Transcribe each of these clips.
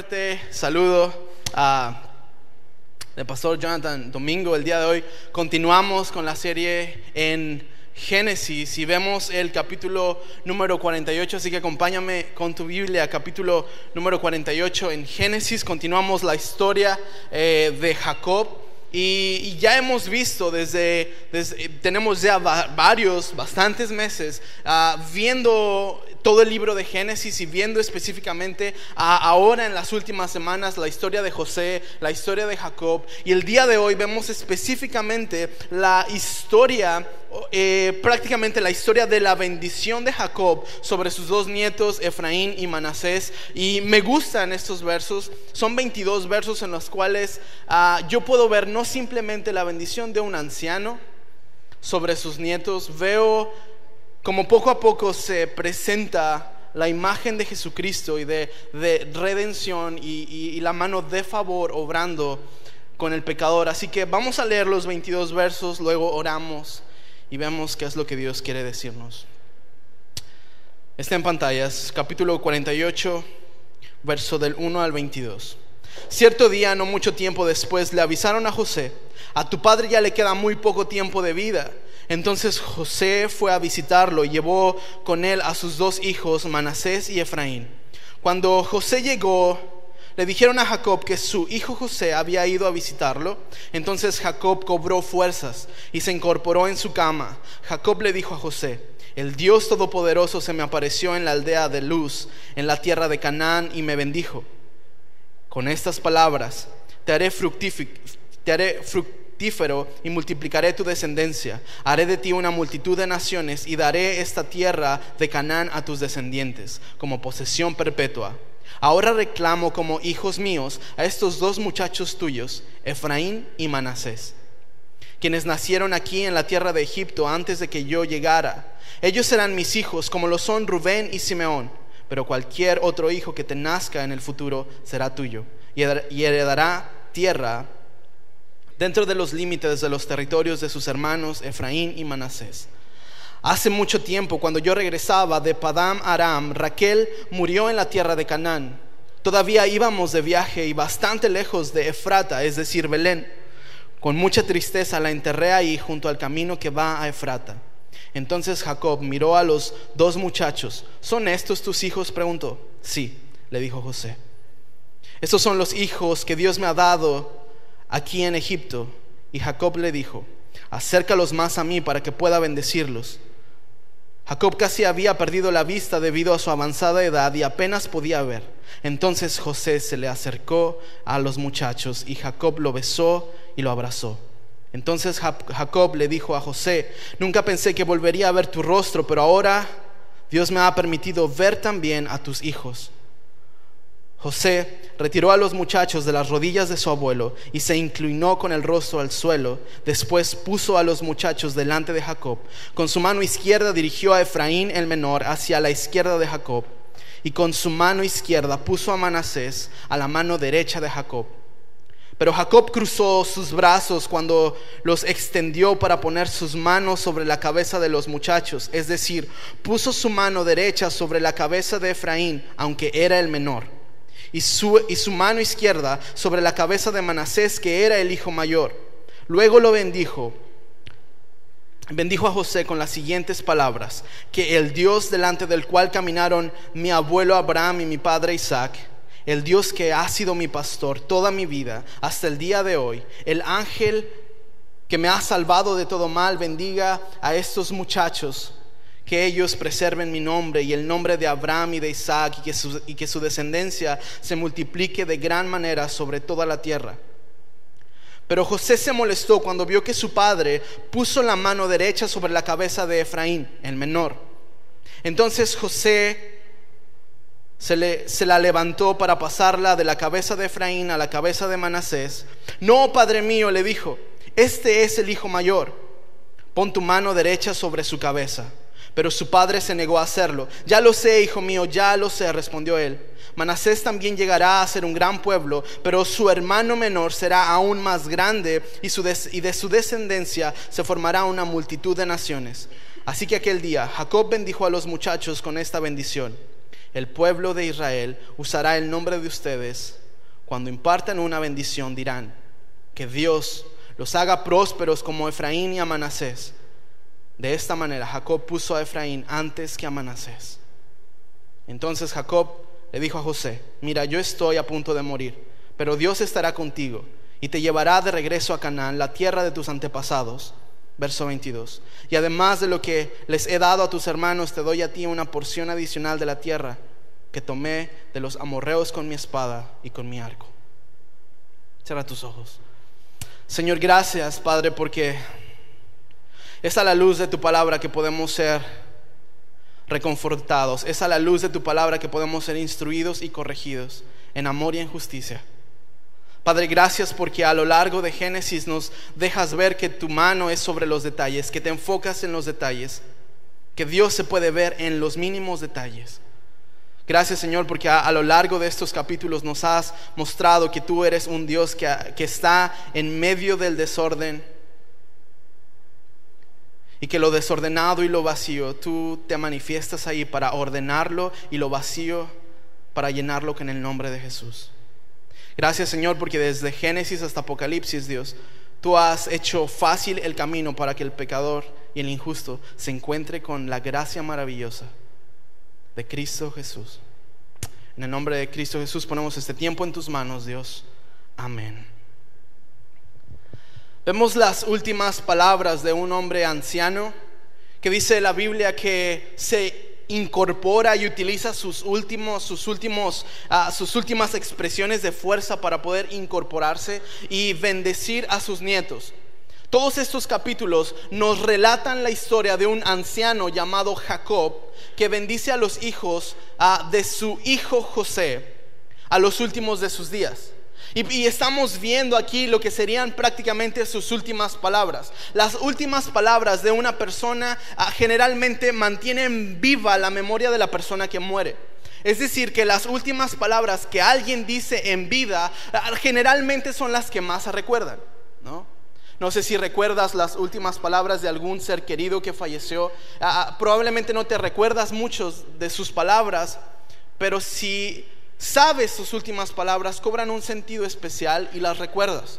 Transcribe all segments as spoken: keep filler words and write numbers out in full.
fuerte saludo a el pastor Jonathan Domingo. El día de hoy continuamos con la serie en Génesis y vemos el capítulo número cuarenta y ocho, así que acompáñame con tu Biblia, capítulo número cuarenta y ocho en Génesis. Continuamos la historia eh, de Jacob y, y ya hemos visto desde, desde tenemos ya va, varios, bastantes meses uh, viendo todo el libro de Génesis y viendo específicamente uh, ahora en las últimas semanas la historia de José, la historia de Jacob, y el día de hoy vemos específicamente la historia, eh, prácticamente la historia de la bendición de Jacob sobre sus dos nietos Efraín y Manasés. Y me gustan estos versos, son veintidós versos en los cuales uh, yo puedo ver no simplemente la bendición de un anciano sobre sus nietos, veo como poco a poco se presenta la imagen de Jesucristo y de, de redención y, y, y la mano de favor obrando con el pecador. Así que vamos a leer los veintidós versos, luego oramos y vemos qué es lo que Dios quiere decirnos. Está en pantallas, capítulo cuarenta y ocho, verso del uno al veintidós. Cierto día, no mucho tiempo después, le avisaron a José: a tu padre ya le queda muy poco tiempo de vida. Entonces José fue a visitarlo y llevó con él a sus dos hijos, Manasés y Efraín. Cuando José llegó, le dijeron a Jacob que su hijo José había ido a visitarlo. Entonces Jacob cobró fuerzas y se incorporó en su cama. Jacob le dijo a José: el Dios Todopoderoso se me apareció en la aldea de Luz, en la tierra de Canaán, y me bendijo con estas palabras: te haré fructífero, te haré fructífero y multiplicaré tu descendencia. Haré de ti una multitud de naciones y daré esta tierra de Canaán a tus descendientes como posesión perpetua. Ahora reclamo como hijos míos a estos dos muchachos tuyos, Efraín y Manasés, quienes nacieron aquí en la tierra de Egipto antes de que yo llegara. Ellos serán mis hijos, como lo son Rubén y Simeón, pero cualquier otro hijo que te nazca en el futuro será tuyo y heredará tierra dentro de los límites de los territorios de sus hermanos Efraín y Manasés. Hace mucho tiempo, cuando yo regresaba de Padán Aram, Raquel murió en la tierra de Canaán. Todavía íbamos de viaje y bastante lejos de Efrata, es decir, Belén. Con mucha tristeza la enterré ahí junto al camino que va a Efrata. Entonces Jacob miró a los dos muchachos. ¿Son estos tus hijos?, preguntó. Sí, le dijo José. Estos son los hijos que Dios me ha dado aquí en Egipto. Y Jacob le dijo: acércalos más a mí para que pueda bendecirlos. Jacob casi había perdido la vista debido a su avanzada edad y apenas podía ver. Entonces José se le acercó a los muchachos y Jacob lo besó y lo abrazó. Entonces Jacob le dijo a José: nunca pensé que volvería a ver tu rostro, pero ahora Dios me ha permitido ver también a tus hijos. José retiró a los muchachos de las rodillas de su abuelo y se inclinó con el rostro al suelo. Después puso a los muchachos delante de Jacob. Con su mano izquierda dirigió a Efraín el menor hacia la izquierda de Jacob, y con su mano izquierda puso a Manasés a la mano derecha de Jacob. Pero Jacob cruzó sus brazos cuando los extendió para poner sus manos sobre la cabeza de los muchachos, es decir, puso su mano derecha sobre la cabeza de Efraín, aunque era el menor, y su, y su mano izquierda sobre la cabeza de Manasés, que era el hijo mayor. Luego lo bendijo. Bendijo a José con las siguientes palabras: que el Dios delante del cual caminaron mi abuelo Abraham y mi padre Isaac, el Dios que ha sido mi pastor toda mi vida hasta el día de hoy, el ángel que me ha salvado de todo mal, bendiga a estos muchachos, que ellos preserven mi nombre y el nombre de Abraham y de Isaac, y que su, y que su descendencia se multiplique de gran manera sobre toda la tierra. Pero José se molestó cuando vio que su padre puso la mano derecha sobre la cabeza de Efraín, el menor. Entonces José se, le, se la levantó para pasarla de la cabeza de Efraín a la cabeza de Manasés. No, padre mío, le dijo, este es el hijo mayor. Pon tu mano derecha sobre su cabeza. Pero su padre se negó a hacerlo. Ya lo sé, hijo mío, ya lo sé, respondió él. Manasés también llegará a ser un gran pueblo, pero su hermano menor será aún más grande, y, su des- y de su descendencia se formará una multitud de naciones. Así que aquel día Jacob bendijo a los muchachos con esta bendición: el pueblo de Israel usará el nombre de ustedes. Cuando impartan una bendición dirán que Dios los haga prósperos como Efraín y a Manasés. De esta manera Jacob puso a Efraín antes que a Manasés. Entonces Jacob le dijo a José: mira, yo estoy a punto de morir, pero Dios estará contigo y te llevará de regreso a Canaán, la tierra de tus antepasados. Verso veintidós. Y además de lo que les he dado a tus hermanos, te doy a ti una porción adicional de la tierra que tomé de los amorreos con mi espada y con mi arco. Cierra tus ojos. Señor, gracias, Padre, porque es a la luz de tu palabra que podemos ser reconfortados. Es a la luz de tu palabra que podemos ser instruidos y corregidos en amor y en justicia. Padre, gracias porque a lo largo de Génesis nos dejas ver que tu mano es sobre los detalles, que te enfocas en los detalles, que Dios se puede ver en los mínimos detalles. Gracias, Señor, porque a, a lo largo de estos capítulos nos has mostrado que tú eres un Dios que, que está en medio del desorden, y que lo desordenado y lo vacío tú te manifiestas ahí para ordenarlo, y lo vacío para llenarlo con el nombre de Jesús. Gracias, Señor, porque desde Génesis hasta Apocalipsis, Dios, tú has hecho fácil el camino para que el pecador y el injusto se encuentre con la gracia maravillosa de Cristo Jesús. En el nombre de Cristo Jesús ponemos este tiempo en tus manos, Dios. Amén. Vemos las últimas palabras de un hombre anciano que dice la Biblia que se incorpora y utiliza sus últimos, sus últimos, uh, sus últimas expresiones de fuerza para poder incorporarse y bendecir a sus nietos. Todos estos capítulos nos relatan la historia de un anciano llamado Jacob que bendice a los hijos uh, de su hijo José a los últimos de sus días. Y, y estamos viendo aquí lo que serían prácticamente sus últimas palabras. Las últimas palabras de una persona uh, generalmente mantienen viva la memoria de la persona que muere. Es decir, que las últimas palabras que alguien dice en vida uh, generalmente son las que más se recuerdan, ¿no? No sé si recuerdas las últimas palabras de algún ser querido que falleció. uh, Probablemente no te recuerdas muchos de sus palabras, pero si sabes sus últimas palabras, cobran un sentido especial y las recuerdas.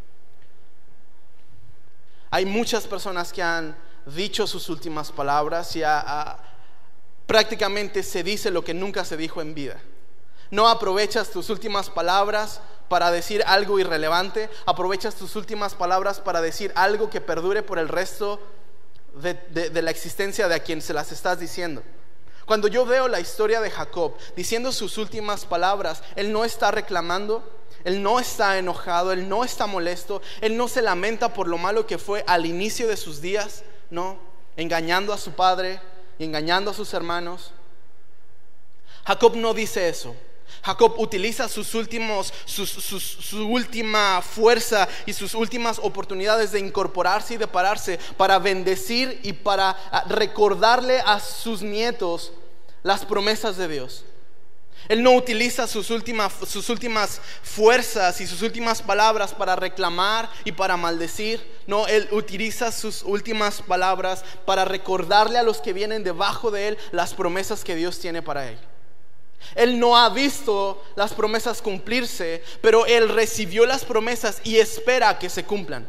Hay muchas personas que han dicho sus últimas palabras y a, a, prácticamente se dice lo que nunca se dijo en vida. No aprovechas tus últimas palabras para decir algo irrelevante. Aprovechas tus últimas palabras para decir algo que perdure por el resto de, de, de la existencia de a quien se las estás diciendo. Cuando yo veo la historia de Jacob diciendo sus últimas palabras, él no está reclamando, él no está enojado, él no está molesto, él no se lamenta por lo malo que fue al inicio de sus días, no, engañando a su padre y engañando a sus hermanos. Jacob no dice eso. Jacob utiliza sus últimos, sus, sus, su última fuerza y sus últimas oportunidades de incorporarse y de pararse para bendecir y para recordarle a sus nietos las promesas de Dios. Él no utiliza sus últimas, sus últimas fuerzas y sus últimas palabras para reclamar y para maldecir. No, él utiliza sus últimas palabras para recordarle a los que vienen debajo de él las promesas que Dios tiene para él. Él no ha visto las promesas cumplirse, pero él recibió las promesas y espera a que se cumplan.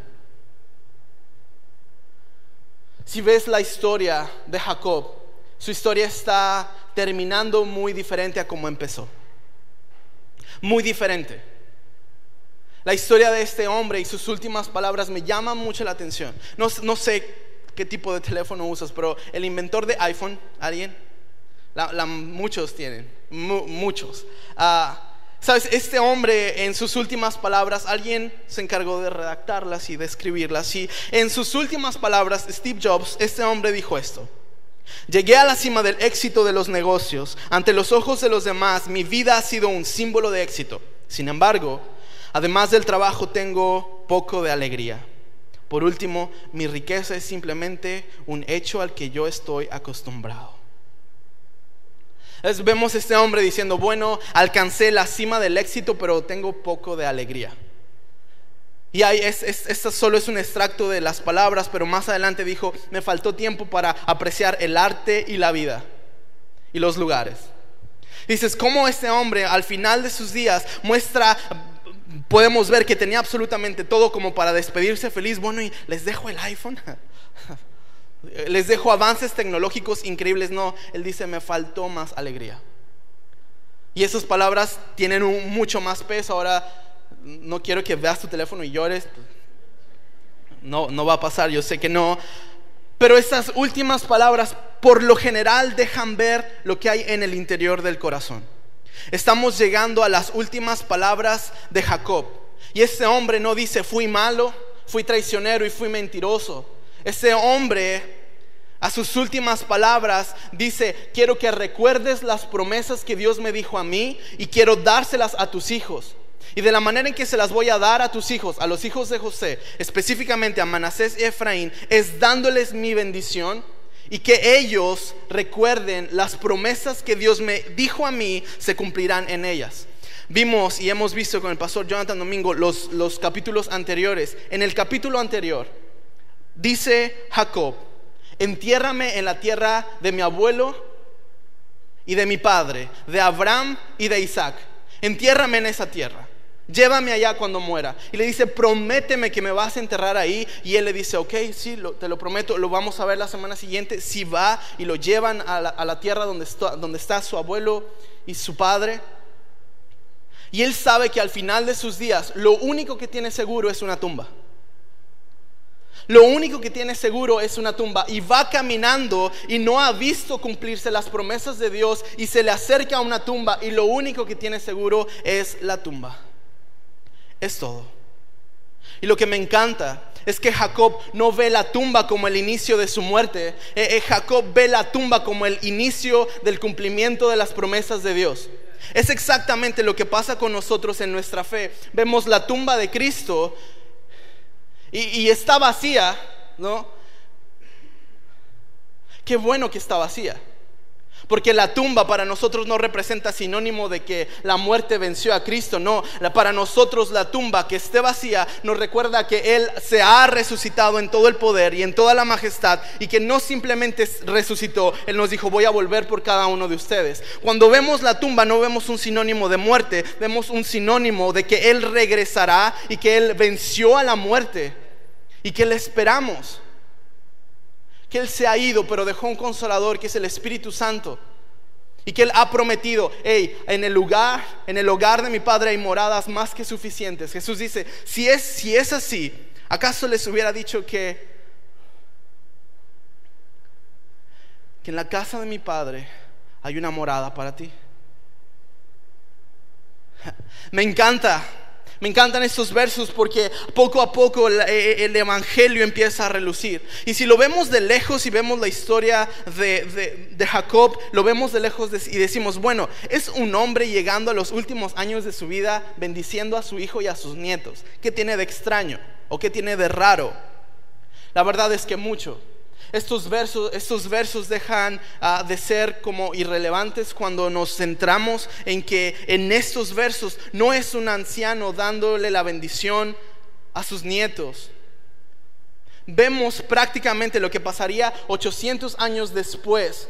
Si ves la historia de Jacob, su historia está terminando muy diferente a como empezó. Muy diferente. La historia de este hombre y sus últimas palabras me llaman mucho la atención. No, no sé qué tipo de teléfono usas, pero el inventor de iPhone, ¿alguien? La, la, muchos tienen, mu, muchos. Uh, Sabes, este hombre en sus últimas palabras, alguien se encargó de redactarlas y de escribirlas. Y en sus últimas palabras, Steve Jobs, este hombre dijo esto: llegué a la cima del éxito de los negocios. Ante los ojos de los demás, mi vida ha sido un símbolo de éxito. Sin embargo, además del trabajo, tengo poco de alegría. Por último, mi riqueza es simplemente un hecho al que yo estoy acostumbrado. Entonces vemos a este hombre diciendo: bueno, alcancé la cima del éxito, pero tengo poco de alegría. Y ahí es, es, esto solo es un extracto de las palabras, pero más adelante dijo: me faltó tiempo para apreciar el arte y la vida y los lugares. Dices, ¿cómo este hombre al final de sus días muestra, podemos ver que tenía absolutamente todo como para despedirse feliz? Bueno, y les dejo el iPhone, les dejo avances tecnológicos increíbles. No, él dice, me faltó más alegría. Y esas palabras tienen un, mucho más peso. Ahora, no quiero que veas tu teléfono y llores. No, no va a pasar, yo sé que no. Pero estas últimas palabras por lo general dejan ver lo que hay en el interior del corazón. Estamos llegando a las últimas palabras de Jacob. Y este hombre no dice, fui malo, fui traicionero y fui mentiroso. Este hombre, a sus últimas palabras, dice, quiero que recuerdes las promesas que Dios me dijo a mí y quiero dárselas a tus hijos. Y de la manera en que se las voy a dar a tus hijos, a los hijos de José, específicamente a Manasés y Efraín, es dándoles mi bendición y que ellos recuerden las promesas que Dios me dijo a mí, se cumplirán en ellas. Vimos y hemos visto con el pastor Jonathan Domingo los, los capítulos anteriores. En el capítulo anterior dice Jacob, entiérrame en la tierra de mi abuelo y de mi padre, de Abraham y de Isaac. Entiérrame en esa tierra, llévame allá cuando muera. Y le dice, prométeme que me vas a enterrar ahí. Y él le dice, ok, sí, lo, te lo prometo. Lo vamos a ver la semana siguiente. Si va y lo llevan a la, a la tierra donde está, donde está su abuelo y su padre. Y él sabe que al final de sus días lo único que tiene seguro es una tumba. Lo único que tiene seguro es una tumba. Y va caminando y no ha visto cumplirse las promesas de Dios, y se le acerca a una tumba y lo único que tiene seguro es la tumba. Es todo. Y lo que me encanta es que Jacob no ve la tumba como el inicio de su muerte. eh, eh, Jacob ve la tumba como el inicio del cumplimiento de las promesas de Dios. Es exactamente lo que pasa con nosotros en nuestra fe. Vemos la tumba de Cristo y, y está vacía, ¿no? Qué bueno que está vacía, porque la tumba para nosotros no representa sinónimo de que la muerte venció a Cristo. No, para nosotros la tumba que esté vacía nos recuerda que Él se ha resucitado en todo el poder y en toda la majestad, y que no simplemente resucitó, Él nos dijo, voy a volver por cada uno de ustedes. Cuando vemos la tumba no vemos un sinónimo de muerte, vemos un sinónimo de que Él regresará y que Él venció a la muerte y que le esperamos. Que Él se ha ido, pero dejó un consolador que es el Espíritu Santo, y que Él ha prometido, hey, en el lugar, en el hogar de mi Padre hay moradas más que suficientes. Jesús dice, si es, si es así, ¿acaso les hubiera dicho que, que en la casa de mi Padre hay una morada para ti? Me encanta. Me encantan estos versos porque poco a poco el, el evangelio empieza a relucir. Y si lo vemos de lejos y vemos la historia de, de, de Jacob, lo vemos de lejos de, y decimos, bueno, es un hombre llegando a los últimos años de su vida, bendiciendo a su hijo y a sus nietos. ¿Qué tiene de extraño? ¿O qué tiene de raro? La verdad es que mucho. Estos versos, estos versos dejan uh, de ser como irrelevantes cuando nos centramos en que en estos versos no es un anciano dándole la bendición a sus nietos. Vemos prácticamente lo que pasaría ochocientos años después,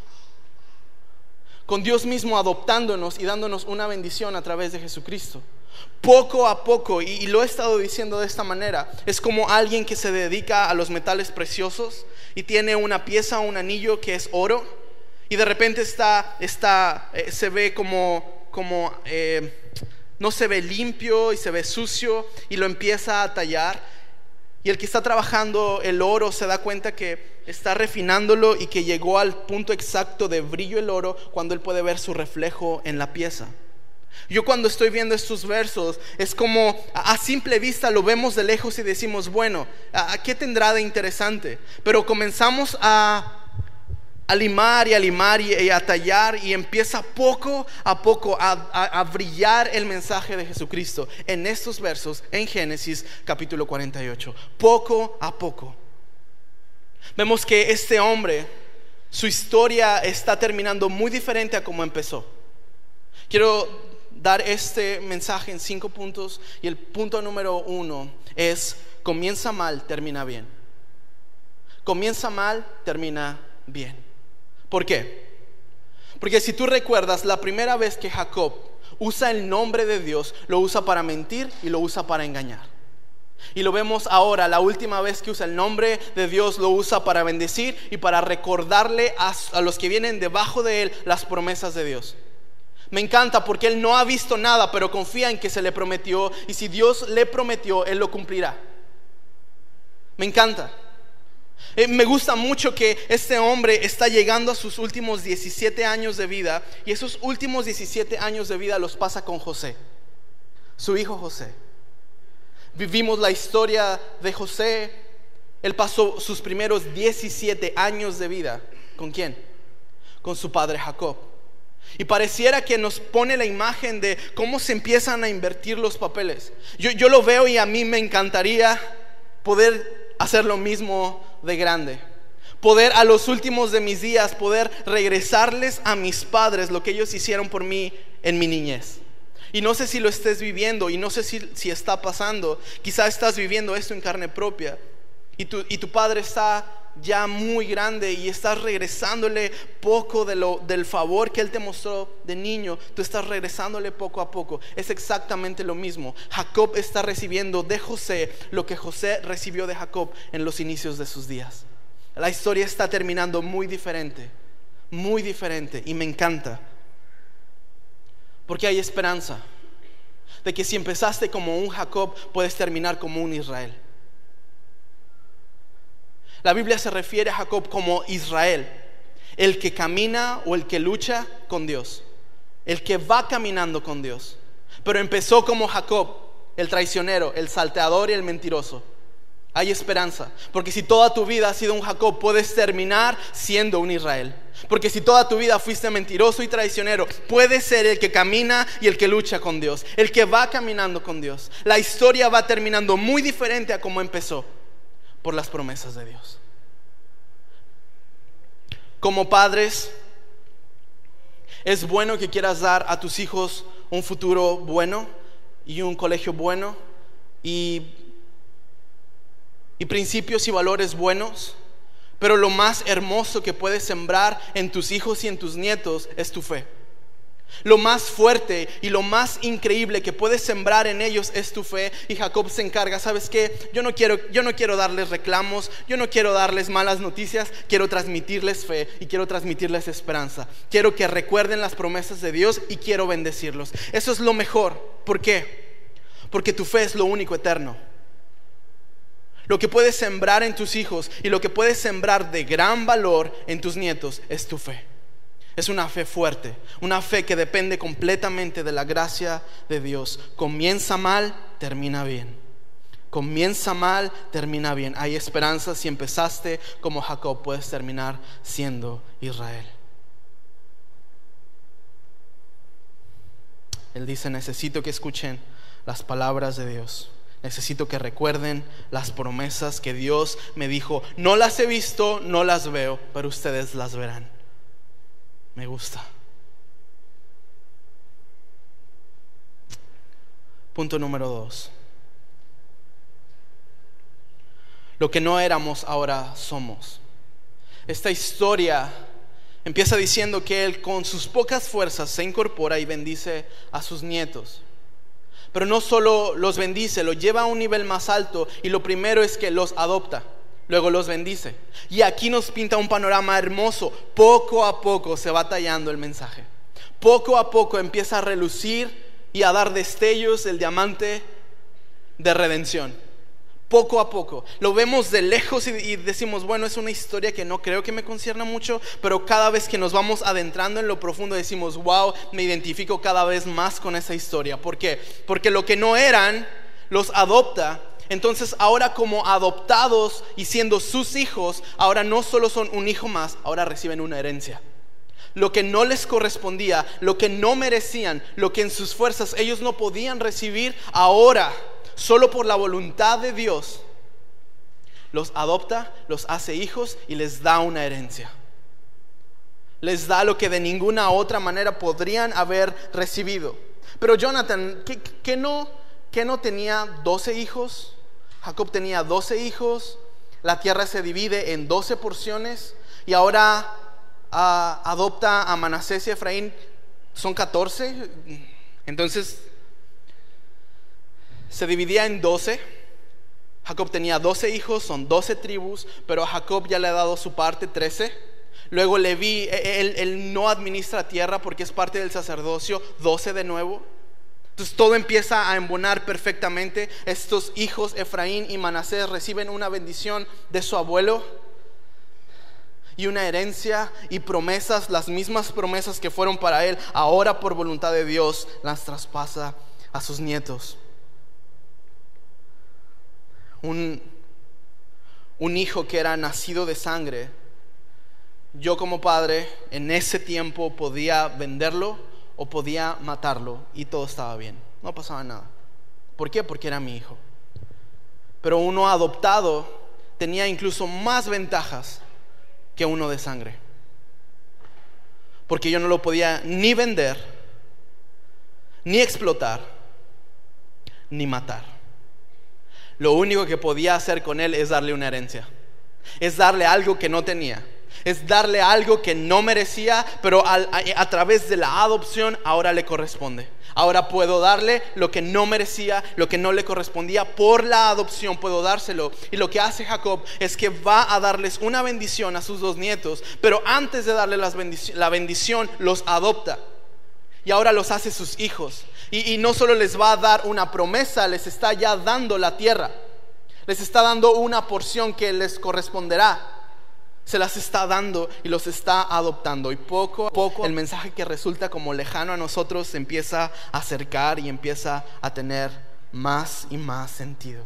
con Dios mismo adoptándonos y dándonos una bendición a través de Jesucristo. Poco a poco, y, y lo he estado diciendo de esta manera, es como alguien que se dedica a los metales preciosos y tiene una pieza o un anillo que es oro, y de repente está, está eh, se ve como, como eh, no se ve limpio y se ve sucio, y lo empieza a tallar, y el que está trabajando el oro se da cuenta que está refinándolo y que llegó al punto exacto de brillo el oro cuando él puede ver su reflejo en la pieza. Yo cuando estoy viendo estos versos es como a simple vista lo vemos de lejos y decimos, bueno, ¿qué tendrá de interesante? Pero comenzamos a, a limar y a limar y, y a tallar, y empieza poco a poco a, a, a brillar el mensaje de Jesucristo en estos versos en Génesis capítulo cuarenta y ocho. Poco a poco vemos que este hombre, su historia está terminando muy diferente a como empezó. Quiero dar este mensaje en cinco puntos, y el punto número uno es: comienza mal, termina bien. Comienza mal, termina bien. ¿Por qué? Porque si tú recuerdas, la primera vez que Jacob usa el nombre de Dios, lo usa para mentir y lo usa para engañar. Y lo vemos ahora, la última vez que usa el nombre de Dios, lo usa para bendecir y para recordarle a, a los que vienen debajo de él las promesas de Dios. Me encanta porque él no ha visto nada, pero confía en que se le prometió, y si Dios le prometió, él lo cumplirá. Me encanta. Eh, me gusta mucho que este hombre está llegando a sus últimos diecisiete años de vida, y esos últimos diecisiete años de vida los pasa con José, su hijo José. Vivimos la historia de José. Él pasó sus primeros diecisiete años de vida. ¿Con quién? Con su padre Jacob. Y pareciera que nos pone la imagen de cómo se empiezan a invertir los papeles. Yo, yo lo veo y a mí me encantaría poder hacer lo mismo de grande. Poder a los últimos de mis días, poder regresarles a mis padres lo que ellos hicieron por mí en mi niñez. Y no sé si lo estés viviendo, y no sé si, si está pasando. Quizás estás viviendo esto en carne propia, y tu, y tu padre está ya muy grande y estás regresándole poco de lo, del favor que él te mostró de niño. Tú estás regresándole poco a poco. Es exactamente lo mismo. Jacob está recibiendo de José lo que José recibió de Jacob en los inicios de sus días. La historia está terminando muy diferente, muy diferente, y me encanta. Porque hay esperanza de que si empezaste como un Jacob, puedes terminar como un Israel. La Biblia se refiere a Jacob como Israel, el que camina o el que lucha con Dios, el que va caminando con Dios. Pero empezó como Jacob, el traicionero, el salteador y el mentiroso. Hay esperanza, porque si toda tu vida has sido un Jacob, puedes terminar siendo un Israel. Porque si toda tu vida fuiste mentiroso y traicionero, puedes ser el que camina y el que lucha con Dios, el que va caminando con Dios. La historia va terminando muy diferente a como empezó, por las promesas de Dios. Como padres, es bueno que quieras dar a tus hijos un futuro bueno y un colegio bueno y, y principios y valores buenos. Pero lo más hermoso que puedes sembrar en tus hijos y en tus nietos es tu fe. Lo más fuerte y lo más increíble que puedes sembrar en ellos es tu fe. Y Jacob se encarga, ¿sabes qué? Yo no quiero, yo no quiero darles reclamos, yo no quiero darles malas noticias. Quiero transmitirles fe y quiero transmitirles esperanza. Quiero que recuerden las promesas de Dios y quiero bendecirlos. Eso es lo mejor. ¿Por qué? Porque tu fe es lo único eterno. Lo que puedes sembrar en tus hijos y lo que puedes sembrar de gran valor en tus nietos es tu fe. Es una fe fuerte, una fe que depende completamente de la gracia de Dios. Comienza mal, termina bien. Comienza mal, termina bien. Hay esperanza. Si empezaste como Jacob, puedes terminar siendo Israel. Él dice: necesito que escuchen las palabras de Dios. Necesito que recuerden las promesas que Dios me dijo. No las he visto, no las veo, pero ustedes las verán. Me gusta. Punto número dos. Lo que no éramos, ahora somos. Esta historia empieza diciendo que él con sus pocas fuerzas se incorpora y bendice a sus nietos. Pero no solo los bendice, los lleva a un nivel más alto, y lo primero es que los adopta. Luego los bendice. Y aquí nos pinta un panorama hermoso. Poco a poco se va tallando el mensaje. Poco a poco empieza a relucir y a dar destellos el diamante de redención. Poco a poco. Lo vemos de lejos y, y decimos, bueno, es una historia que no creo que me concierna mucho. Pero cada vez que nos vamos adentrando en lo profundo decimos, wow, me identifico cada vez más con esa historia. ¿Por qué? Porque lo que no eran, los adopta. Entonces ahora, como adoptados y siendo sus hijos, ahora no solo son un hijo más, ahora reciben una herencia. Lo que no les correspondía, lo que no merecían, lo que en sus fuerzas ellos no podían recibir, ahora, solo por la voluntad de Dios, los adopta, los hace hijos y les da una herencia. Les da lo que de ninguna otra manera podrían haber recibido. Pero Jonathan, ¿qué, qué no, qué no tenía doce hijos? Jacob tenía doce hijos, la tierra se divide en doce porciones y ahora uh, adopta a Manasés y Efraín, son catorce. Entonces se dividía en doce. Jacob tenía doce hijos, son doce tribus, pero a Jacob ya le ha dado su parte, trece. Luego Leví, él, él no administra tierra porque es parte del sacerdocio, doce de nuevo. Entonces todo empieza a embonar perfectamente. Estos hijos, Efraín y Manasés, reciben una bendición de su abuelo y una herencia y promesas, las mismas promesas que fueron para él, ahora por voluntad de Dios las traspasa a sus nietos. Un, un hijo que era nacido de sangre, yo como padre en ese tiempo podía venderlo o podía matarlo y todo estaba bien, no pasaba nada. ¿Por qué? Porque era mi hijo. Pero uno adoptado tenía incluso más ventajas que uno de sangre, porque yo no lo podía ni vender, ni explotar, ni matar. Lo único que podía hacer con él es darle una herencia, es darle algo que no tenía, es darle algo que no merecía, pero a, a, a través de la adopción ahora le corresponde. Ahora puedo darle lo que no merecía, lo que no le correspondía. Por la adopción puedo dárselo. Y lo que hace Jacob es que va a darles una bendición a sus dos nietos, pero antes de darle las bendici- la bendición los adopta y ahora los hace sus hijos. Y, y no solo les va a dar una promesa, les está ya dando la tierra, les está dando una porción que les corresponderá. Se las está dando y los está adoptando. Y poco a poco el mensaje que resulta como lejano a nosotros se empieza a acercar y empieza a tener más y más sentido.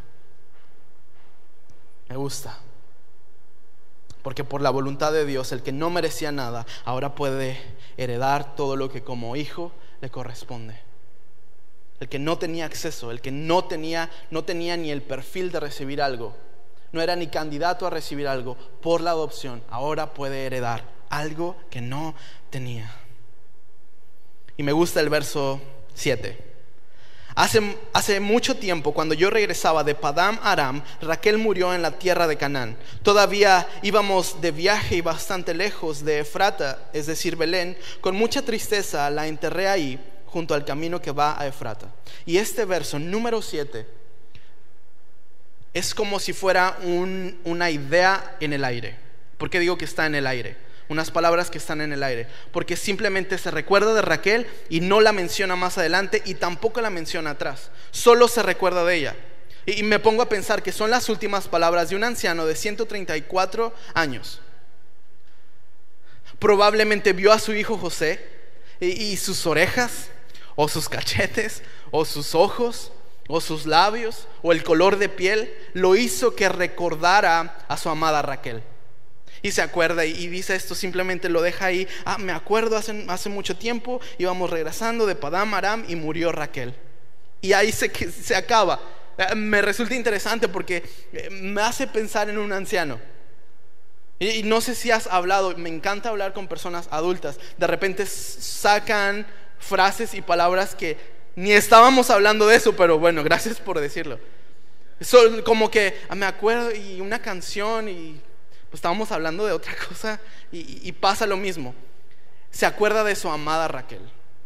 Me gusta, porque por la voluntad de Dios, el que no merecía nada ahora puede heredar todo lo que como hijo le corresponde. El que no tenía acceso, el que no tenía, no tenía ni el perfil de recibir algo, no era ni candidato a recibir algo, por la adopción ahora puede heredar algo que no tenía. Y me gusta el verso siete. Hace, hace mucho tiempo, cuando yo regresaba de Padán Aram, Raquel murió en la tierra de Canaán. Todavía íbamos de viaje y bastante lejos de Efrata, es decir, Belén. Con mucha tristeza la enterré ahí, junto al camino que va a Efrata. Y este verso, número siete, es como si fuera un, una idea en el aire. ¿Por qué digo que está en el aire? Unas palabras que están en el aire. Porque simplemente se recuerda de Raquel y no la menciona más adelante y tampoco la menciona atrás. Solo se recuerda de ella. Y, y me pongo a pensar que son las últimas palabras de un anciano de ciento treinta y cuatro años. Probablemente vio a su hijo José y, y sus orejas, o sus cachetes, o sus ojos, o sus labios, o el color de piel, lo hizo que recordara a su amada Raquel. Y se acuerda y, y dice esto, simplemente lo deja ahí. Ah, me acuerdo hace, hace mucho tiempo, íbamos regresando de Padán Aram y murió Raquel. Y ahí se, se acaba. Me resulta interesante porque me hace pensar en un anciano. Y, y no sé si has hablado, me encanta hablar con personas adultas. De repente sacan frases y palabras que ni estábamos hablando de eso, pero bueno, gracias por decirlo. Eso, como que me acuerdo y una canción y pues estábamos hablando de otra cosa y, y pasa lo mismo. Se acuerda de su amada Raquel.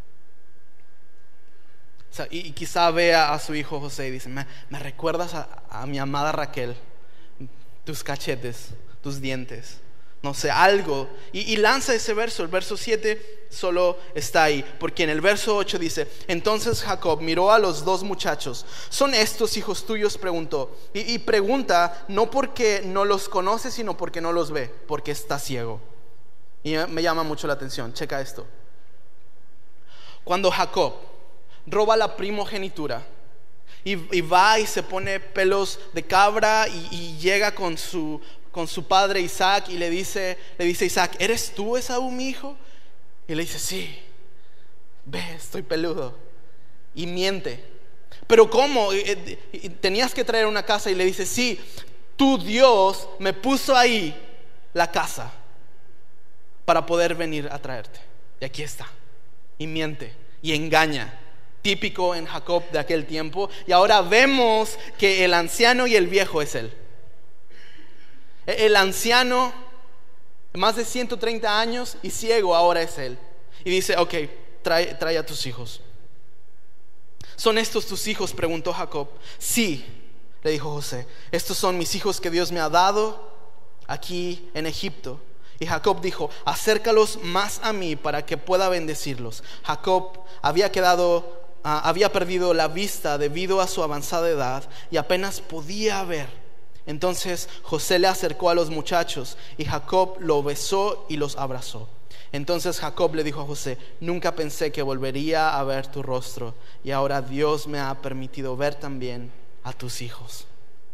O sea, y, y quizá vea a su hijo José y dice, me, me recuerdas a, a mi amada Raquel, tus cachetes, tus dientes, no sé, algo. Y, y lanza ese verso, el verso siete solo está ahí, porque en el verso ocho dice, entonces Jacob miró a los dos muchachos. ¿Son estos hijos tuyos?, preguntó. Y, y pregunta no porque no los conoce, sino porque no los ve, porque está ciego. Y me llama mucho la atención, checa esto. Cuando Jacob roba la primogenitura y, y va y se pone pelos de cabra y, y llega con su con su padre Isaac y le dice, le dice Isaac, ¿eres tú Esaú mi hijo? Y le dice, sí, ve, estoy peludo. Y miente. ¿Pero cómo? Tenías que traer una casa. Y le dice, sí, tu Dios me puso ahí la casa para poder venir a traerte. Y aquí está. Y miente y engaña, típico en Jacob de aquel tiempo. Y ahora vemos que el anciano y el viejo es él. El anciano Más de ciento treinta años y ciego ahora es él. Y dice, ok, trae, trae a tus hijos. ¿Son estos tus hijos?, preguntó Jacob. Sí, le dijo José, estos son mis hijos que Dios me ha dado aquí en Egipto. Y Jacob dijo, acércalos más a mí para que pueda bendecirlos. Jacob había quedado, uh, había perdido la vista debido a su avanzada edad y apenas podía ver. Entonces José le acercó a los muchachos y Jacob lo besó y los abrazó. Entonces Jacob le dijo a José, nunca pensé que volvería a ver tu rostro y ahora Dios me ha permitido ver también a tus hijos.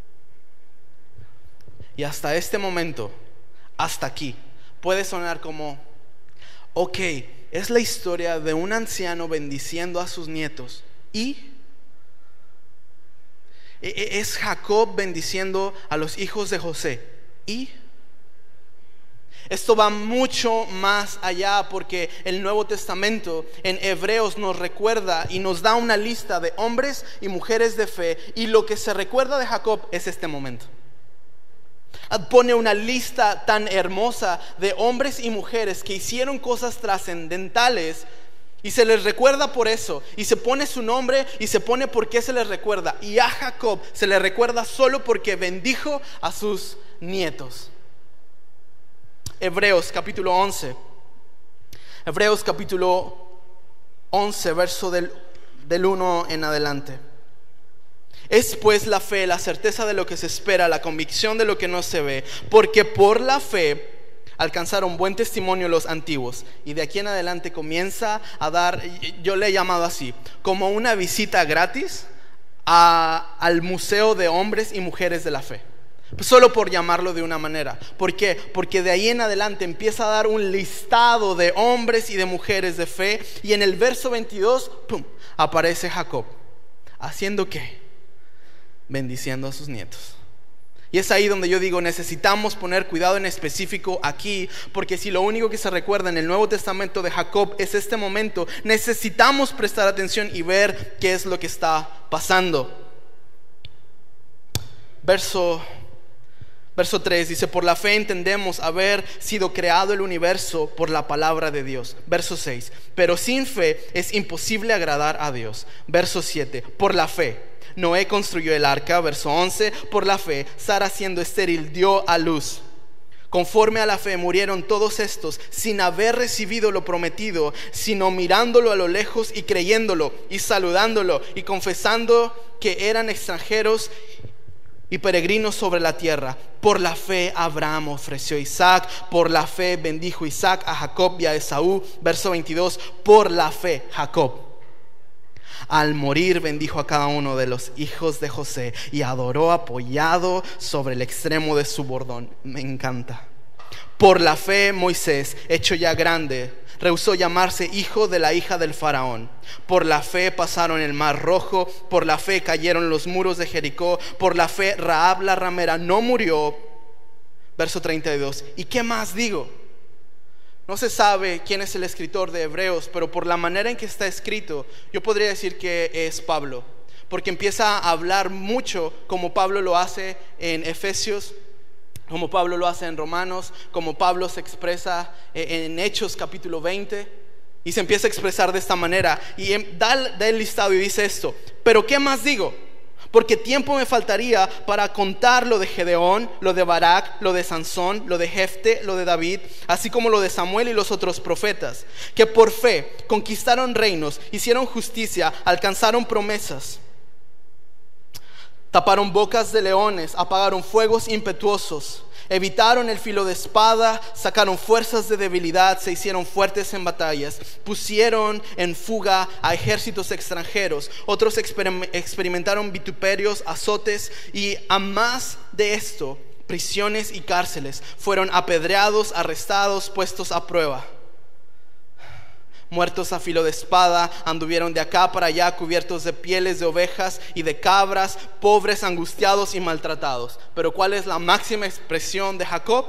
Y hasta este momento, hasta aquí, puede sonar como, ok, es la historia de un anciano bendiciendo a sus nietos. ¿Y? Es Jacob bendiciendo a los hijos de José. ¿Y? Esto va mucho más allá, porque el Nuevo Testamento en Hebreos nos recuerda y nos da una lista de hombres y mujeres de fe, y lo que se recuerda de Jacob es este momento. Pone una lista tan hermosa de hombres y mujeres que hicieron cosas trascendentales y se les recuerda por eso, y se pone su nombre y se pone por qué se les recuerda. Y a Jacob se le recuerda solo porque bendijo a sus nietos. Hebreos capítulo once. Hebreos capítulo once, verso del, del uno en adelante. Es pues la fe, la certeza de lo que se espera, la convicción de lo que no se ve, porque por la fe alcanzaron buen testimonio los antiguos. Y de aquí en adelante comienza a dar, yo le he llamado así, como una visita gratis a, al museo de hombres y mujeres de la fe. Solo por llamarlo de una manera. ¿Por qué? Porque de ahí en adelante empieza a dar un listado de hombres y de mujeres de fe. Y en el verso veintidós, ¡pum!, aparece Jacob. ¿Haciendo qué? Bendiciendo a sus nietos. Y es ahí donde yo digo, necesitamos poner cuidado en específico aquí, porque si lo único que se recuerda en el Nuevo Testamento de Jacob es este momento, necesitamos prestar atención y ver qué es lo que está pasando. Verso Verso tres dice, por la fe entendemos haber sido creado el universo por la palabra de Dios. Verso seis, pero sin fe es imposible agradar a Dios. Verso siete, por la fe Noé construyó el arca. Verso once, por la fe Sara, siendo estéril, dio a luz. Conforme a la fe murieron todos estos sin haber recibido lo prometido, sino mirándolo a lo lejos y creyéndolo y saludándolo y confesando que eran extranjeros y peregrinos sobre la tierra. Por la fe Abraham ofreció a Isaac. Por la fe bendijo Isaac a Jacob y a Esaú. Verso veintidós, por la fe Jacob, al morir, bendijo a cada uno de los hijos de José y adoró apoyado sobre el extremo de su bordón. Me encanta. Por la fe Moisés, hecho ya grande, rehusó llamarse hijo de la hija del faraón. Por la fe pasaron el mar rojo. Por la fe cayeron los muros de Jericó. Por la fe Rahab la ramera no murió. Verso treinta y dos. ¿Y qué más digo? No se sabe quién es el escritor de Hebreos, pero por la manera en que está escrito, yo podría decir que es Pablo, porque empieza a hablar mucho como Pablo lo hace en Efesios, como Pablo lo hace en Romanos, como Pablo se expresa en Hechos capítulo veinte, y se empieza a expresar de esta manera y da, da el listado y dice esto: pero ¿qué más digo? Porque tiempo me faltaría para contar lo de Gedeón, lo de Barak, lo de Sansón, lo de Jefte, lo de David, así como lo de Samuel y los otros profetas, que por fe conquistaron reinos, hicieron justicia, alcanzaron promesas, taparon bocas de leones, apagaron fuegos impetuosos, evitaron el filo de espada, sacaron fuerzas de debilidad, se hicieron fuertes en batallas, pusieron en fuga a ejércitos extranjeros, otros exper- experimentaron vituperios, azotes y a más de esto, prisiones y cárceles, fueron apedreados, arrestados, puestos a prueba. Muertos a filo de espada, anduvieron de acá para allá cubiertos de pieles de ovejas y de cabras, pobres, angustiados y maltratados. Pero ¿cuál es la máxima expresión de Jacob?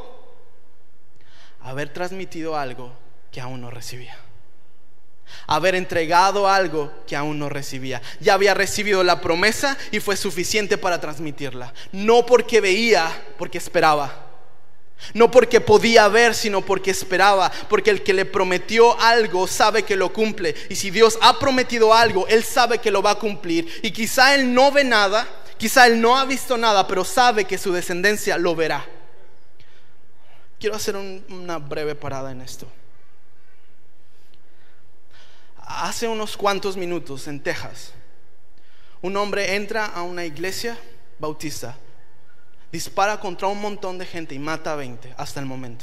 Haber transmitido algo que aún no recibía. Haber entregado algo que aún no recibía. Ya había recibido la promesa y fue suficiente para transmitirla. No porque veía, porque esperaba. No porque podía ver, sino porque esperaba. Porque el que le prometió algo sabe que lo cumple. Y si Dios ha prometido algo, Él sabe que lo va a cumplir. Y quizá Él no ve nada, quizá Él no ha visto nada, pero sabe que su descendencia lo verá. Quiero hacer un, una breve parada en esto. Hace unos cuantos minutos en Texas, un hombre entra a una iglesia bautista, dispara contra un montón de gente y mata a veinte hasta el momento.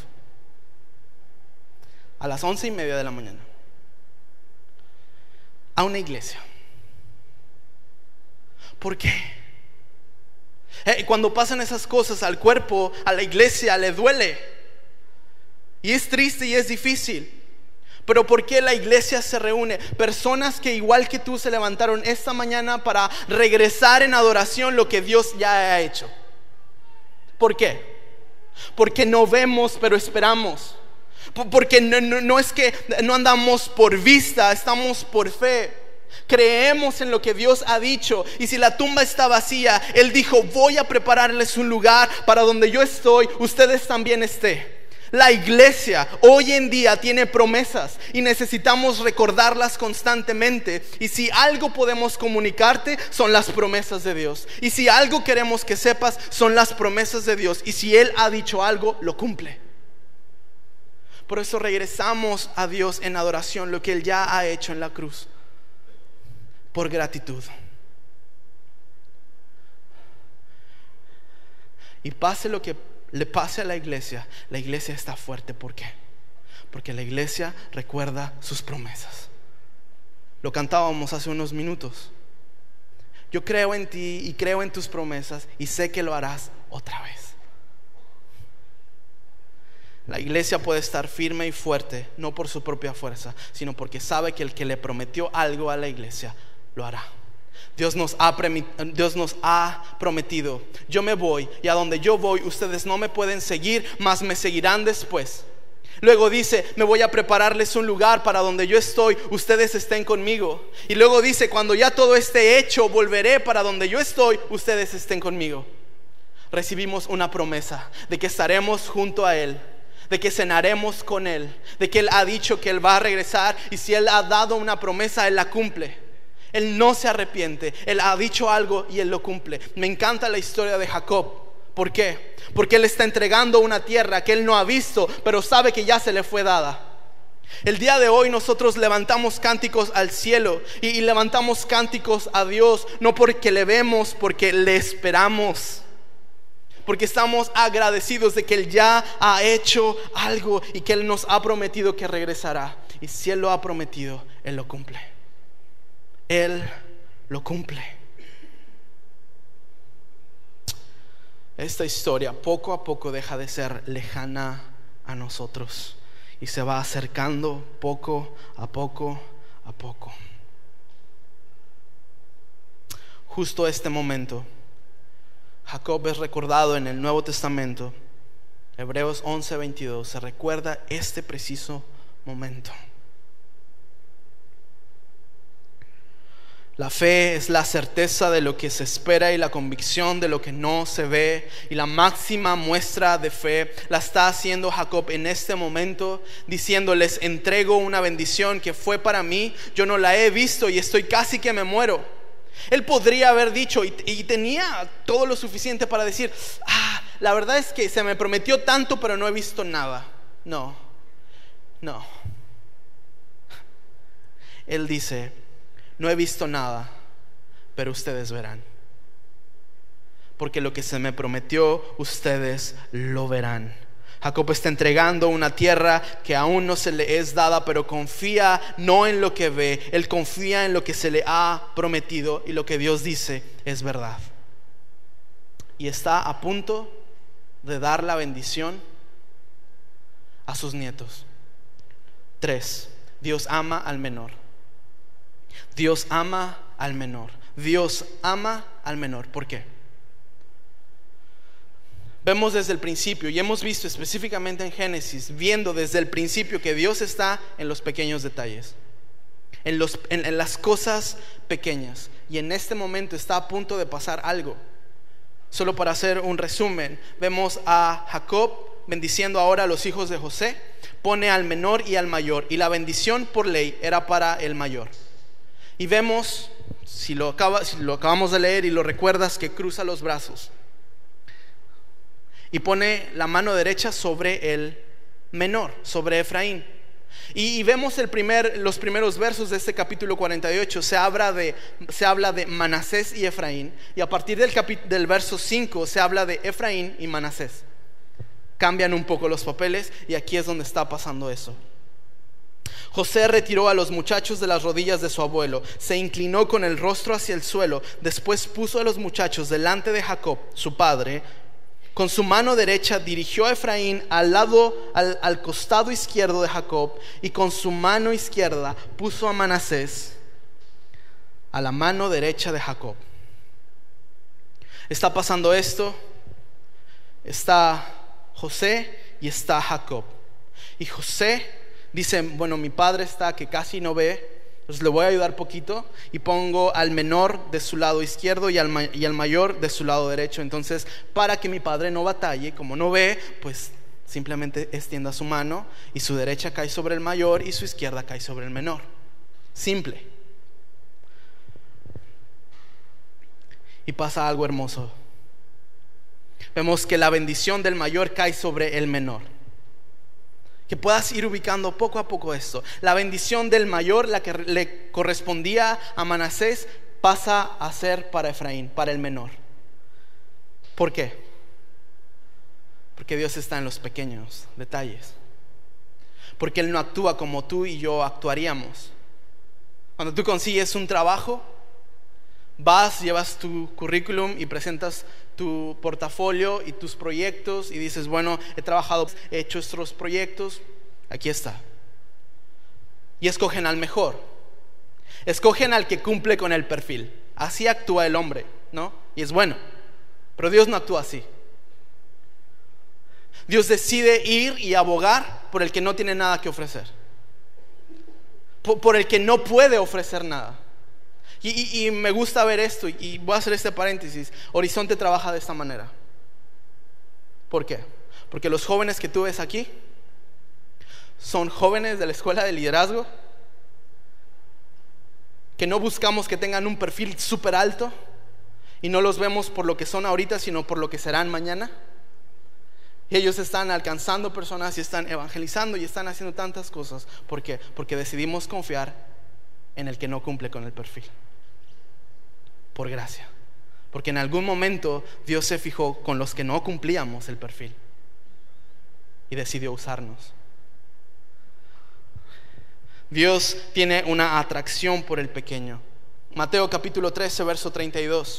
A las once y media de la mañana. A una iglesia. ¿Por qué? Eh, cuando pasan esas cosas al cuerpo, a la iglesia le duele. Y es triste y es difícil. Pero ¿por qué la iglesia se reúne? Personas que igual que tú se levantaron esta mañana para regresar en adoración lo que Dios ya ha hecho. ¿Por qué? Porque no vemos pero esperamos. Porque no, no, no es que no andamos por vista, estamos por fe. Creemos en lo que Dios ha dicho. Y si la tumba está vacía, Él dijo: voy a prepararles un lugar para donde yo estoy, ustedes también estén. La iglesia hoy en día tiene promesas y necesitamos recordarlas constantemente. Y si algo podemos comunicarte, son las promesas de Dios. Y si algo queremos que sepas, son las promesas de Dios. Y si Él ha dicho algo, lo cumple. Por eso regresamos a Dios en adoración, lo que Él ya ha hecho en la cruz, por gratitud. Y pase lo que le pase a la iglesia, la iglesia está fuerte. ¿Por qué? Porque la iglesia recuerda sus promesas. Lo cantábamos hace unos minutos. Yo creo en ti y creo en tus promesas y sé que lo harás otra vez. La iglesia puede estar firme y fuerte, no por su propia fuerza, sino porque sabe que el que le prometió algo a la iglesia lo hará. Dios nos ha, Dios nos ha prometido: yo me voy y a donde yo voy ustedes no me pueden seguir, mas me seguirán después. Luego dice: me voy a prepararles un lugar para donde yo estoy, ustedes estén conmigo. Y luego dice: cuando ya todo esté hecho, volveré para donde yo estoy, ustedes estén conmigo. Recibimos una promesa de que estaremos junto a Él, de que cenaremos con Él, de que Él ha dicho que Él va a regresar. Y si Él ha dado una promesa, Él la cumple. Él no se arrepiente. Él ha dicho algo y Él lo cumple. Me encanta la historia de Jacob. ¿Por qué? Porque Él está entregando una tierra que Él no ha visto, pero sabe que ya se le fue dada. El día de hoy nosotros levantamos cánticos al cielo y, y levantamos cánticos a Dios, no porque le vemos, porque le esperamos. Porque estamos agradecidos de que Él ya ha hecho algo y que Él nos ha prometido que regresará. Y si Él lo ha prometido, Él lo cumple. Él lo cumple. Esta historia poco a poco deja de ser lejana a nosotros y se va acercando poco a poco a poco. Justo este momento, Jacob es recordado en el Nuevo Testamento. Hebreos once veintidós se recuerda este preciso momento. La fe es la certeza de lo que se espera y la convicción de lo que no se ve. Y la máxima muestra de fe la está haciendo Jacob en este momento, diciendo: les entrego una bendición que fue para mí, yo no la he visto y estoy casi que me muero. Él podría haber dicho, y, y tenía todo lo suficiente para decir: ah, la verdad es que se me prometió tanto, pero no he visto nada. No, no. Él dice: no he visto nada, pero ustedes verán. Porque lo que se me prometió, ustedes lo verán. Jacob está entregando una tierra que aún no se le es dada, pero confía no en lo que ve, él confía en lo que se le ha prometido, y lo que Dios dice es verdad. Y está a punto de dar la bendición a sus nietos. Tres, Dios ama al menor. Dios ama al menor. Dios ama al menor. ¿Por qué? Vemos desde el principio, y hemos visto específicamente en Génesis, viendo desde el principio que Dios está en los pequeños detalles, en, los, en, en las cosas pequeñas. Y en este momento está a punto de pasar algo. Solo para hacer un resumen, vemos a Jacob bendiciendo ahora a los hijos de José, pone al menor y al mayor, y la bendición por ley era para el mayor. Y vemos, si lo, acaba, si lo acabamos de leer y lo recuerdas, que cruza los brazos y pone la mano derecha sobre el menor, sobre Efraín. Y, y vemos el primer, los primeros versos de este capítulo cuarenta y ocho. Se habla de, se habla de Manasés y Efraín. Y a partir del, capi, del verso cinco se habla de Efraín y Manasés. Cambian un poco los papeles y aquí es donde está pasando eso. José retiró a los muchachos de las rodillas de su abuelo, se inclinó con el rostro hacia el suelo, después puso a los muchachos delante de Jacob, su padre. Con su mano derecha dirigió a Efraín al lado, al, al costado izquierdo de Jacob, y con su mano izquierda puso a Manasés a la mano derecha de Jacob. Está pasando esto. Está José y está Jacob. Y José dice, bueno, mi padre está que casi no ve, entonces le voy a ayudar poquito y pongo al menor de su lado izquierdo y al, ma- y al mayor de su lado derecho. Entonces, para que mi padre no batalle, como no ve, pues simplemente extienda su mano y su derecha cae sobre el mayor y su izquierda cae sobre el menor. Simple. Y pasa algo hermoso. Vemos que la bendición del mayor cae sobre el menor. Que puedas ir ubicando poco a poco esto. La bendición del mayor, la que le correspondía a Manasés, pasa a ser para Efraín, para el menor. ¿Por qué? Porque Dios está en los pequeños detalles. Porque Él no actúa como tú y yo actuaríamos. Cuando tú consigues un trabajo, vas, llevas tu currículum y presentas tu portafolio y tus proyectos y dices, bueno, he trabajado, he hecho estos proyectos, aquí está. Y escogen al mejor, escogen al que cumple con el perfil. Así actúa el hombre, ¿no? Y es bueno, pero Dios no actúa así. Dios decide ir y abogar por el que no tiene nada que ofrecer, por, por el que no puede ofrecer nada. Y, y, y me gusta ver esto, y voy a hacer este paréntesis. Horizonte trabaja de esta manera. ¿Por qué? Porque los jóvenes que tú ves aquí son jóvenes de la escuela de liderazgo que no buscamos que tengan un perfil súper alto y no los vemos por lo que son ahorita, sino por lo que serán mañana. Y ellos están alcanzando personas y están evangelizando y están haciendo tantas cosas. ¿Por qué? Porque decidimos confiar en el que no cumple con el perfil. Por gracia. Porque en algún momento Dios se fijó con los que no cumplíamos el perfil y decidió usarnos. Dios tiene una atracción por el pequeño. Mateo capítulo trece, verso treinta y dos.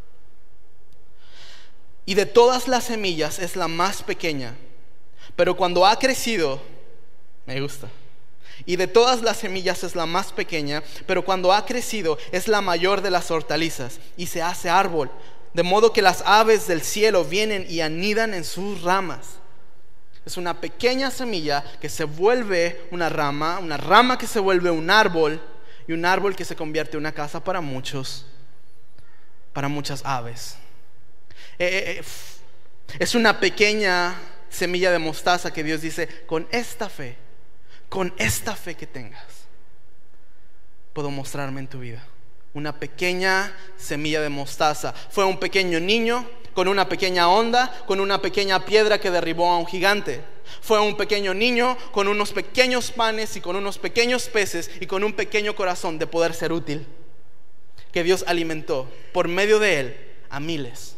Y de todas las semillas es la más pequeña, pero cuando ha crecido, me gusta. Y de todas las semillas es la más pequeña, pero cuando ha crecido es la mayor de las hortalizas y se hace árbol, de modo que las aves del cielo vienen y anidan en sus ramas. Es una pequeña semilla que se vuelve una rama, una rama que se vuelve un árbol y un árbol que se convierte en una casa para muchos, para muchas aves. Eh, eh, es una pequeña semilla de mostaza que Dios dice, con esta fe, con esta fe que tengas, puedo mostrarme en tu vida. Una pequeña semilla de mostaza. Fue un pequeño niño con una pequeña onda, con una pequeña piedra que derribó a un gigante. Fue un pequeño niño con unos pequeños panes y con unos pequeños peces y con un pequeño corazón de poder ser útil, que Dios alimentó por medio de él a miles.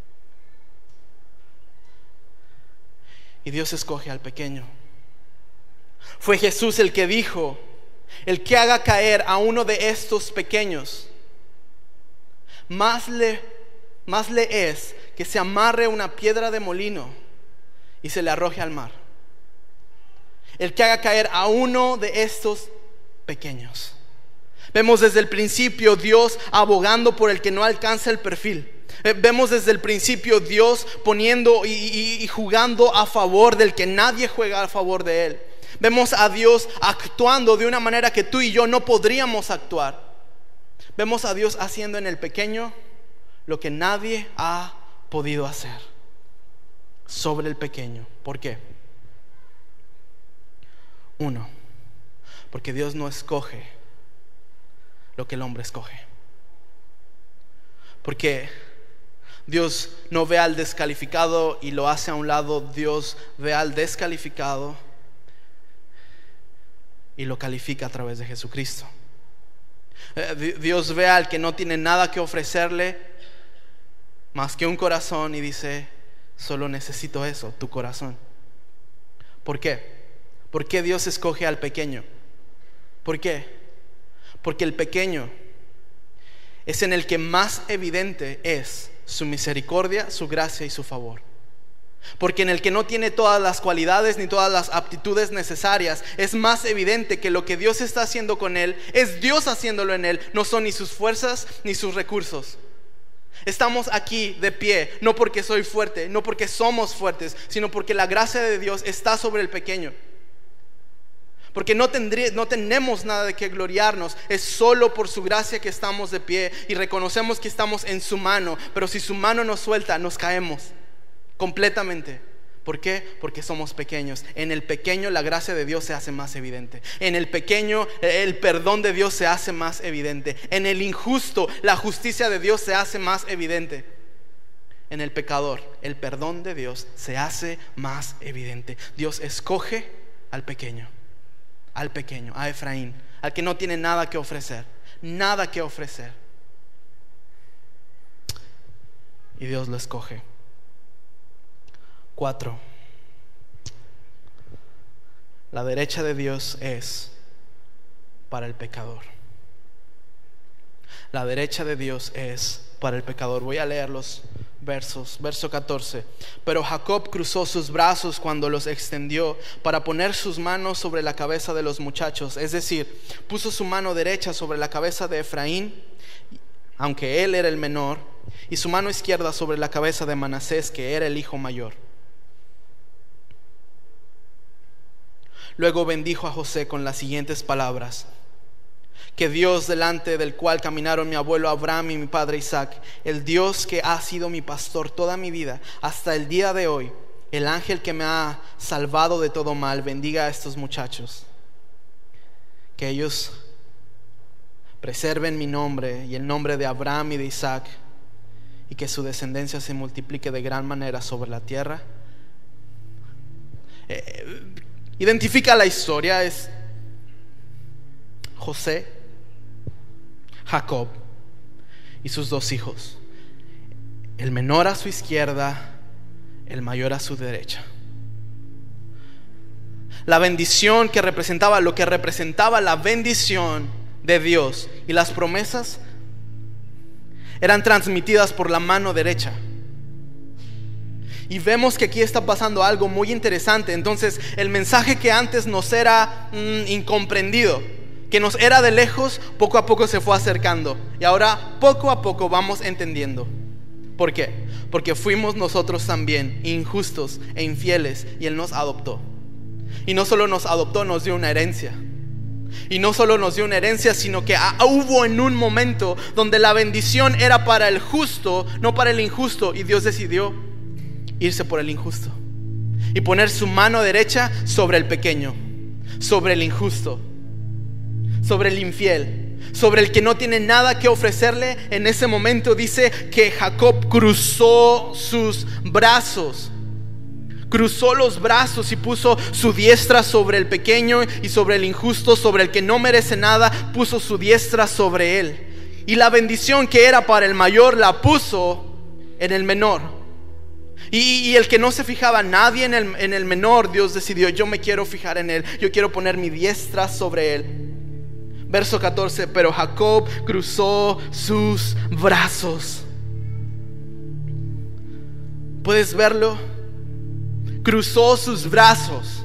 Y Dios escoge al pequeño. Fue Jesús el que dijo, el que haga caer a uno de estos pequeños, más le, más le es que se amarre una piedra de molino y se le arroje al mar. El que haga caer a uno de estos pequeños. Vemos desde el principio Dios abogando por el que no alcanza el perfil. Vemos desde el principio Dios poniendo y, y, y jugando a favor del que nadie juega a favor de él. Vemos a Dios actuando de una manera que tú y yo no podríamos actuar. Vemos a Dios haciendo en el pequeño lo que nadie ha podido hacer. sobre el pequeño. ¿Por qué? Uno, porque Dios no escoge lo que el hombre escoge. Porque Dios no ve al descalificado y lo hace a un lado. Dios ve al descalificado y lo califica a través de Jesucristo. Dios ve al que no tiene nada que ofrecerle más que un corazón y dice: solo necesito eso, tu corazón. ¿Por qué? ¿Por qué Dios escoge al pequeño? ¿Por qué? Porque el pequeño es en el que más evidente es su misericordia, su gracia y su favor. Porque en el que no tiene todas las cualidades ni todas las aptitudes necesarias, es más evidente que lo que Dios está haciendo con él es Dios haciéndolo en él. No son ni sus fuerzas ni sus recursos. Estamos aquí de pie, no porque soy fuerte, no porque somos fuertes, sino porque la gracia de Dios está sobre el pequeño. Porque no, tendría, no tenemos nada de qué gloriarnos. Es solo por su gracia que estamos de pie y reconocemos que estamos en su mano. Pero si su mano nos suelta, nos caemos completamente. ¿Por qué? Porque somos pequeños. En el pequeño la gracia de Dios se hace más evidente. En el pequeño el perdón de Dios se hace más evidente. En el injusto la justicia de Dios se hace más evidente. En el pecador el perdón de Dios se hace más evidente. Dios escoge al pequeño. Al pequeño, a Efraín, al que no tiene nada que ofrecer, nada que ofrecer. Y Dios lo escoge. Cuatro. La derecha de Dios es para el pecador. La derecha de Dios es para el pecador. Voy a leer los versos. Verso catorce. Pero Jacob cruzó sus brazos cuando los extendió para poner sus manos sobre la cabeza de los muchachos. Es decir, puso su mano derecha sobre la cabeza de Efraín, aunque él era el menor, y su mano izquierda sobre la cabeza de Manasés, que era el hijo mayor. Luego bendijo a José con las siguientes palabras: que Dios, delante del cual caminaron mi abuelo Abraham y mi padre Isaac, el Dios que ha sido mi pastor toda mi vida hasta el día de hoy, el ángel que me ha salvado de todo mal, bendiga a estos muchachos. Que ellos preserven mi nombre y el nombre de Abraham y de Isaac, y que su descendencia se multiplique de gran manera sobre la tierra. Eh, identifica la historia, es José, Jacob y sus dos hijos, el menor a su izquierda, el mayor a su derecha. La bendición que representaba, lo que representaba la bendición de Dios y las promesas eran transmitidas por la mano derecha. Y vemos que aquí está pasando algo muy interesante. Entonces el mensaje que antes nos era mmm, incomprendido, que nos era de lejos, poco a poco se fue acercando. Y ahora poco a poco vamos entendiendo. ¿Por qué? Porque fuimos nosotros también injustos e infieles y Él nos adoptó. Y no solo nos adoptó, nos dio una herencia. Y no solo nos dio una herencia, sino que ah, hubo en un momento donde la bendición era para el justo, no para el injusto. Y Dios decidió irse por el injusto y poner su mano derecha sobre el pequeño, sobre el injusto, sobre el infiel, sobre el que no tiene nada que ofrecerle. En ese momento dice que Jacob cruzó sus brazos, cruzó los brazos y puso su diestra sobre el pequeño y sobre el injusto, sobre el que no merece nada, puso su diestra sobre él. Y la bendición que era para el mayor la puso en el menor. Y, y el que no se fijaba nadie en el, en el menor, Dios decidió: yo me quiero fijar en él, yo quiero poner mi diestra sobre él. Verso catorce. Pero Jacob cruzó sus brazos. ¿Puedes verlo? Cruzó sus brazos.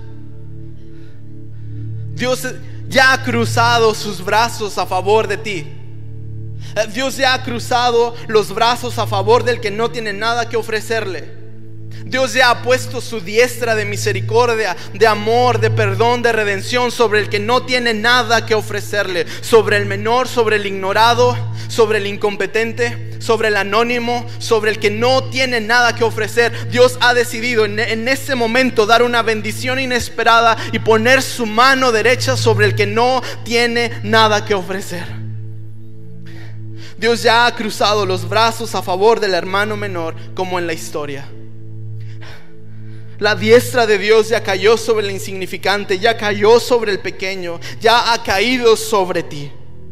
Dios ya ha cruzado sus brazos a favor de ti. Dios ya ha cruzado los brazos a favor del que no tiene nada que ofrecerle. Dios ya ha puesto su diestra de misericordia, de amor, de perdón, de redención sobre el que no tiene nada que ofrecerle, sobre el menor, sobre el ignorado, sobre el incompetente, sobre el anónimo, sobre el que no tiene nada que ofrecer. Dios ha decidido en, en ese momento dar una bendición inesperada y poner su mano derecha sobre el que no tiene nada que ofrecer. Dios ya ha cruzado los brazos a favor del hermano menor, como en la historia. La diestra de Dios ya cayó sobre el insignificante, ya cayó sobre el pequeño, ya ha caído sobre ti.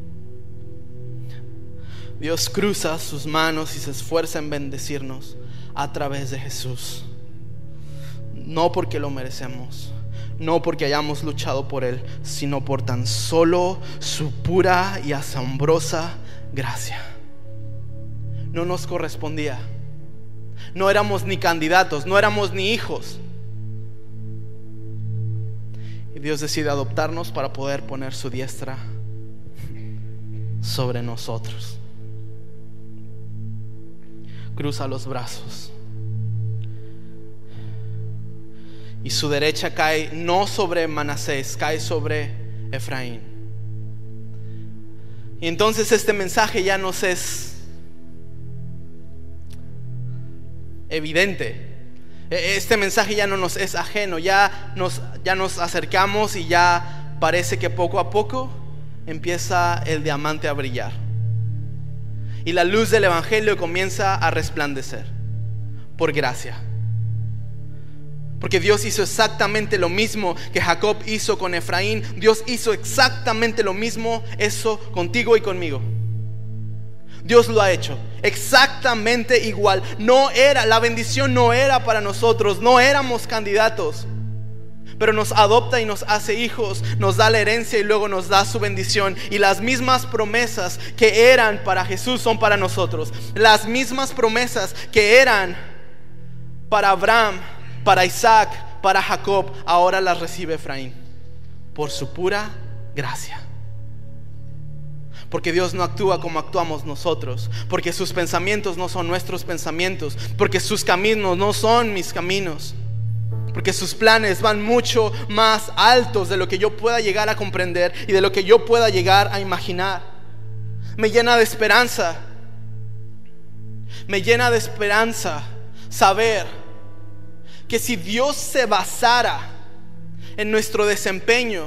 Dios cruza sus manos y se esfuerza en bendecirnos a través de Jesús. No porque lo merecemos, no porque hayamos luchado por Él, sino por tan solo su pura y asombrosa gracia. No nos correspondía. No éramos ni candidatos, no éramos ni hijos. Y Dios decide adoptarnos para poder poner su diestra sobre nosotros. Cruza los brazos. Y su derecha cae no sobre Manasés, cae sobre Efraín. Y entonces este mensaje ya nos es evidente. Este mensaje ya no nos es ajeno. Ya nos, ya nos acercamos y ya parece que poco a poco empieza el diamante a brillar. Y la luz del evangelio comienza a resplandecer por gracia. Porque Dios hizo exactamente lo mismo que Jacob hizo con Efraín. Dios hizo exactamente lo mismo eso contigo y conmigo. Dios lo ha hecho exactamente igual. No era, la bendición no era para nosotros, no éramos candidatos, pero nos adopta y nos hace hijos, nos da la herencia y luego nos da su bendición. Y las mismas promesas que eran para Jesús son para nosotros. Las mismas promesas que eran para Abraham, para Isaac, para Jacob, ahora las recibe Efraín por su pura gracia. Porque Dios no actúa como actuamos nosotros, porque sus pensamientos no son nuestros pensamientos, porque sus caminos no son mis caminos, porque sus planes van mucho más altos de lo que yo pueda llegar a comprender y de lo que yo pueda llegar a imaginar. Me llena de esperanza, me llena de esperanza saber que si Dios se basara en nuestro desempeño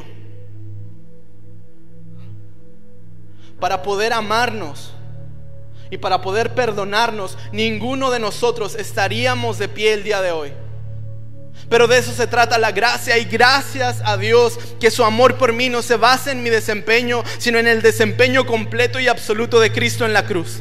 para poder amarnos y para poder perdonarnos, ninguno de nosotros estaríamos de pie el día de hoy. Pero de eso se trata la gracia, y gracias a Dios que su amor por mí no se basa en mi desempeño, sino en el desempeño completo y absoluto de Cristo en la cruz.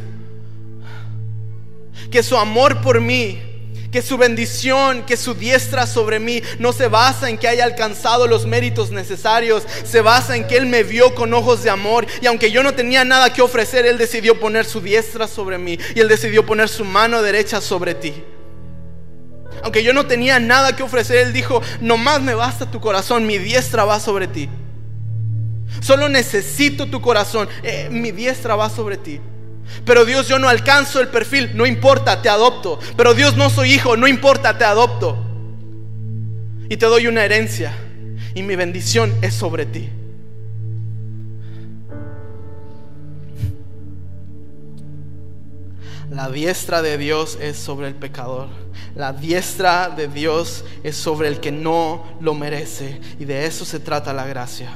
Que su amor por mí, que su bendición, que su diestra sobre mí no se basa en que haya alcanzado los méritos necesarios, se basa en que Él me vio con ojos de amor, y aunque yo no tenía nada que ofrecer, Él decidió poner su diestra sobre mí, y Él decidió poner su mano derecha sobre ti. Aunque yo no tenía nada que ofrecer, Él dijo: nomás me basta tu corazón, mi diestra va sobre ti. Solo necesito tu corazón, eh, mi diestra va sobre ti. Pero Dios, yo no alcanzo el perfil, no importa, te adopto. Pero Dios, no soy hijo, no importa, te adopto. Y te doy una herencia, y mi bendición es sobre ti. La diestra de Dios es sobre el pecador. La diestra de Dios es sobre el que no lo merece. Y de eso se trata la gracia.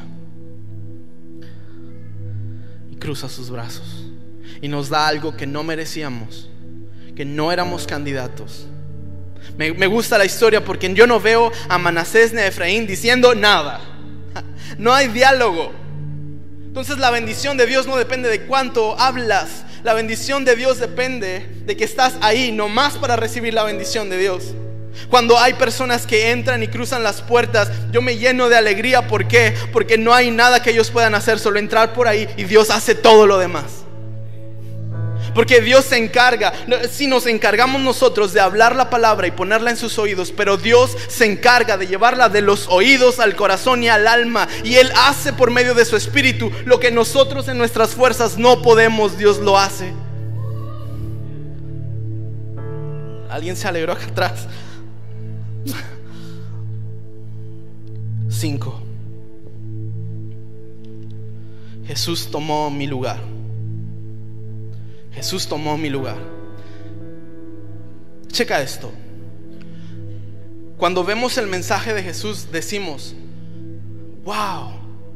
Y cruza sus brazos y nos da algo que no merecíamos, que no éramos candidatos. Me, me gusta la historia porque yo no veo a Manasés ni a Efraín diciendo nada. No hay diálogo. Entonces la bendición de Dios no depende de cuánto hablas. La bendición de Dios depende de que estás ahí nomás para recibir la bendición de Dios. Cuando hay personas que entran y cruzan las puertas, yo me lleno de alegría. ¿Por qué? Porque no hay nada que ellos puedan hacer, solo entrar por ahí, y Dios hace todo lo demás. Porque Dios se encarga, si nos encargamos nosotros de hablar la palabra y ponerla en sus oídos, pero Dios se encarga de llevarla de los oídos al corazón y al alma, y Él hace por medio de su espíritu lo que nosotros en nuestras fuerzas no podemos. Dios lo hace. ¿Alguien se alegró acá atrás? Cinco. Jesús tomó mi lugar. Jesús tomó mi lugar. Checa esto. Cuando vemos el mensaje de Jesús, decimos: wow,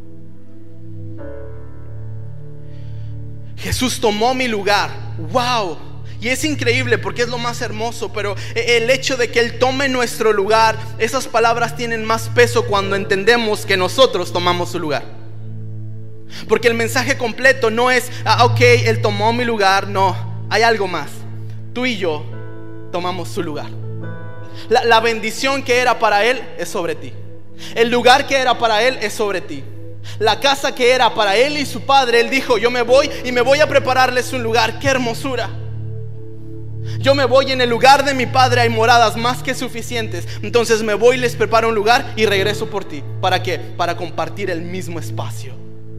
Jesús tomó mi lugar. Wow. Y es increíble porque es lo más hermoso, pero el hecho de que Él tome nuestro lugar, esas palabras tienen más peso cuando entendemos que nosotros tomamos su lugar. Porque el mensaje completo no es, ah, ok, Él tomó mi lugar. No, hay algo más. Tú y yo tomamos su lugar. La, la bendición que era para Él es sobre ti. El lugar que era para Él es sobre ti. La casa que era para Él y su padre, Él dijo: yo me voy y me voy a prepararles un lugar. ¡Qué hermosura! Yo me voy, en el lugar de mi padre hay moradas más que suficientes. Entonces me voy, les preparo un lugar y regreso por ti. ¿Para qué? Para compartir el mismo espacio.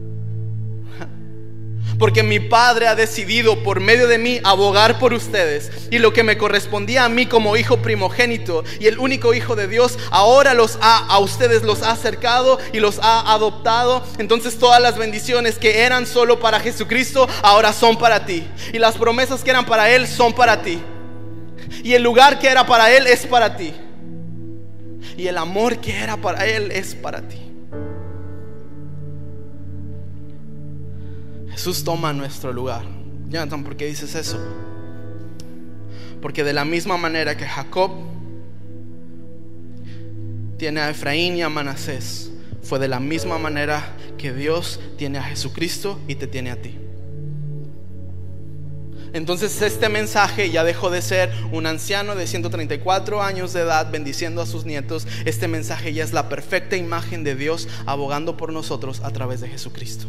Porque mi Padre ha decidido por medio de mí abogar por ustedes. Y lo que me correspondía a mí como hijo primogénito y el único hijo de Dios, ahora los ha, a ustedes los ha acercado y los ha adoptado. Entonces todas las bendiciones que eran solo para Jesucristo, ahora son para ti. Y las promesas que eran para Él son para ti. Y el lugar que era para Él es para ti. Y el amor que era para Él es para ti. Jesús toma nuestro lugar. Jonathan, ¿por qué dices eso? Porque de la misma manera que Jacob tiene a Efraín y a Manasés, fue de la misma manera que Dios tiene a Jesucristo y te tiene a ti. Entonces este mensaje ya dejó de ser un anciano de ciento treinta y cuatro años de edad bendiciendo a sus nietos. Este mensaje ya es la perfecta imagen de Dios abogando por nosotros a través de Jesucristo.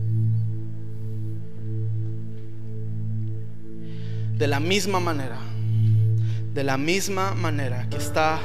De la misma manera, de la misma manera que está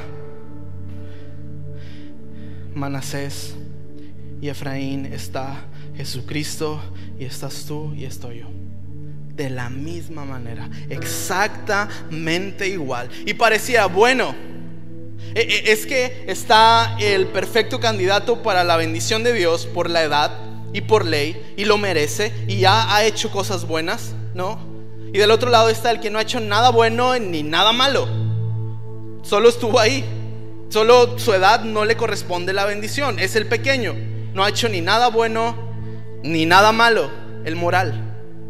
Manasés y Efraín, está Jesucristo y estás tú y estoy yo. De la misma manera, exactamente igual. Y parecía, bueno, es que está el perfecto candidato para la bendición de Dios por la edad y por ley, y lo merece, y ya ha hecho cosas buenas, ¿no? Y del otro lado está el que no ha hecho nada bueno ni nada malo. Solo estuvo ahí. Solo su edad no le corresponde la bendición. Es el pequeño. No ha hecho ni nada bueno ni nada malo. El moral.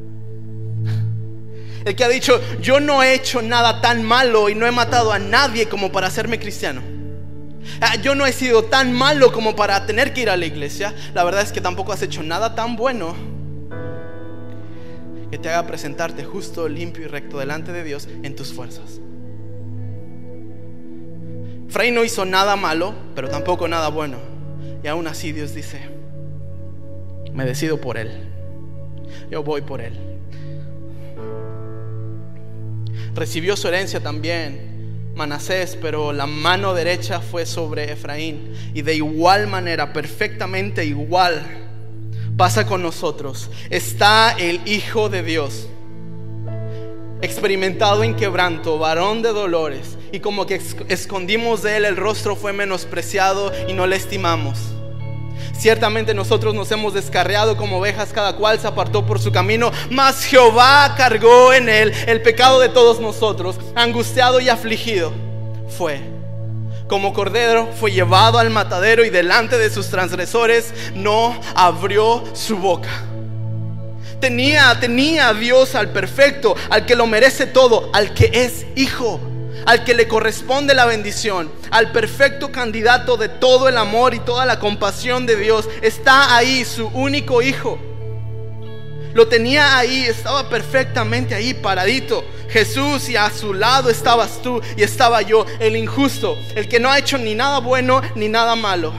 El que ha dicho: yo no he hecho nada tan malo y no he matado a nadie como para hacerme cristiano. Yo no he sido tan malo como para tener que ir a la iglesia. La verdad es que tampoco has hecho nada tan bueno que te haga presentarte justo, limpio y recto delante de Dios en tus fuerzas. Efraín no hizo nada malo, pero tampoco nada bueno. Y aún así Dios dice: me decido por él. Yo voy por él. Recibió su herencia también Manasés, pero la mano derecha fue sobre Efraín. Y de igual manera, perfectamente igual, pasa con nosotros. Está el Hijo de Dios, experimentado en quebranto, varón de dolores, y como que escondimos de él el rostro, fue menospreciado y no le estimamos. Ciertamente nosotros nos hemos descarriado como ovejas, cada cual se apartó por su camino, mas Jehová cargó en él el pecado de todos nosotros. Angustiado y afligido fue, como cordero fue llevado al matadero, y delante de sus transgresores no abrió su boca. Tenía, tenía a Dios, al perfecto, al que lo merece todo, al que es hijo, al que le corresponde la bendición, al perfecto candidato de todo el amor y toda la compasión de Dios. Está ahí su único hijo. Lo tenía ahí, estaba perfectamente ahí paradito Jesús, y a su lado estabas tú y estaba yo, el injusto, el que no ha hecho ni nada bueno ni nada malo.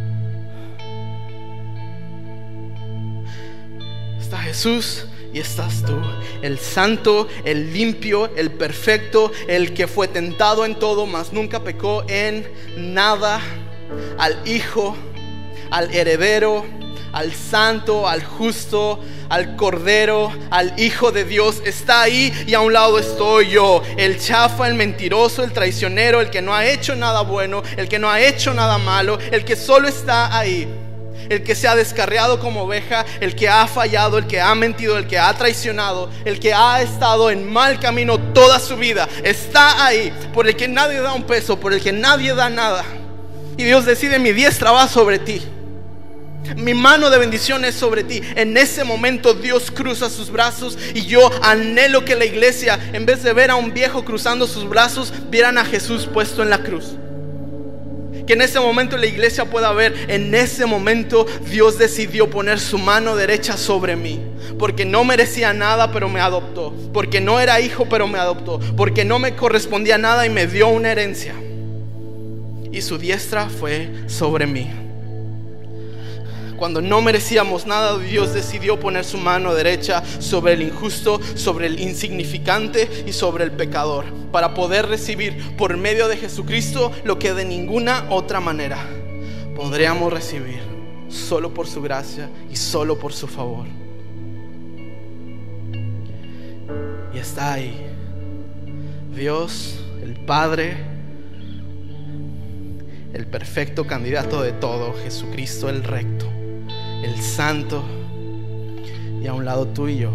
Está Jesús y estás tú, el santo, el limpio, el perfecto, el que fue tentado en todo, mas nunca pecó en nada. Al Hijo, al heredero, al santo, al justo, al cordero, al Hijo de Dios, está ahí, y a un lado estoy yo, el chafa, el mentiroso, el traicionero, el que no ha hecho nada bueno, el que no ha hecho nada malo, el que solo está ahí. el que se ha descarriado como oveja, el que ha fallado, el que ha mentido, el que ha traicionado, el que ha estado en mal camino toda su vida, está ahí, por el que nadie da un peso, por el que nadie da nada. Y Dios decide: mi diestra va sobre ti, mi mano de bendición es sobre ti. En ese momento Dios cruza sus brazos, y yo anhelo que la iglesia, en vez de ver a un viejo cruzando sus brazos, vieran a Jesús puesto en la cruz. Que en ese momento la iglesia pueda ver: en ese momento Dios decidió poner su mano derecha sobre mí, porque no merecía nada pero me adoptó, porque no era hijo pero me adoptó, porque no me correspondía nada y me dio una herencia, y su diestra fue sobre mí. Cuando no merecíamos nada, Dios decidió poner su mano derecha sobre el injusto, sobre el insignificante y sobre el pecador, para poder recibir por medio de Jesucristo lo que de ninguna otra manera podríamos recibir, solo por su gracia y solo por su favor. Y está ahí Dios, el Padre, el perfecto candidato de todo, Jesucristo el recto, el santo, y a un lado tú y yo.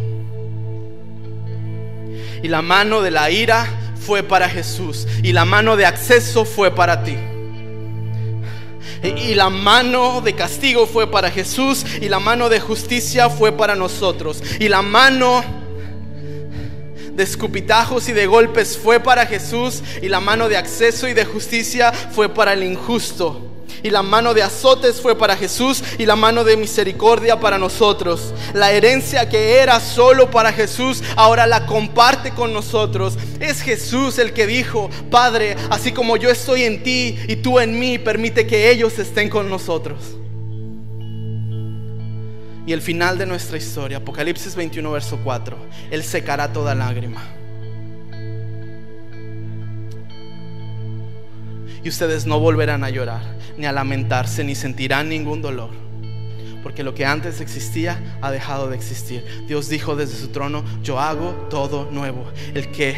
Y la mano de la ira fue para Jesús, y la mano de acceso fue para ti. Y la mano de castigo fue para Jesús, y la mano de justicia fue para nosotros. Y la mano de escupitajos y de golpes fue para Jesús, y la mano de acceso y de justicia fue para el injusto. Y la mano de azotes fue para Jesús, y la mano de misericordia para nosotros. La herencia que era solo para Jesús, ahora la comparte con nosotros. Es Jesús el que dijo: Padre, así como yo estoy en ti y tú en mí, permite que ellos estén con nosotros. Y el final de nuestra historia, Apocalipsis veintiuno verso cuatro: Él secará toda lágrima. Y ustedes no volverán a llorar, ni a lamentarse, ni sentirán ningún dolor, porque lo que antes existía ha dejado de existir. Dios dijo desde su trono: yo hago todo nuevo. El que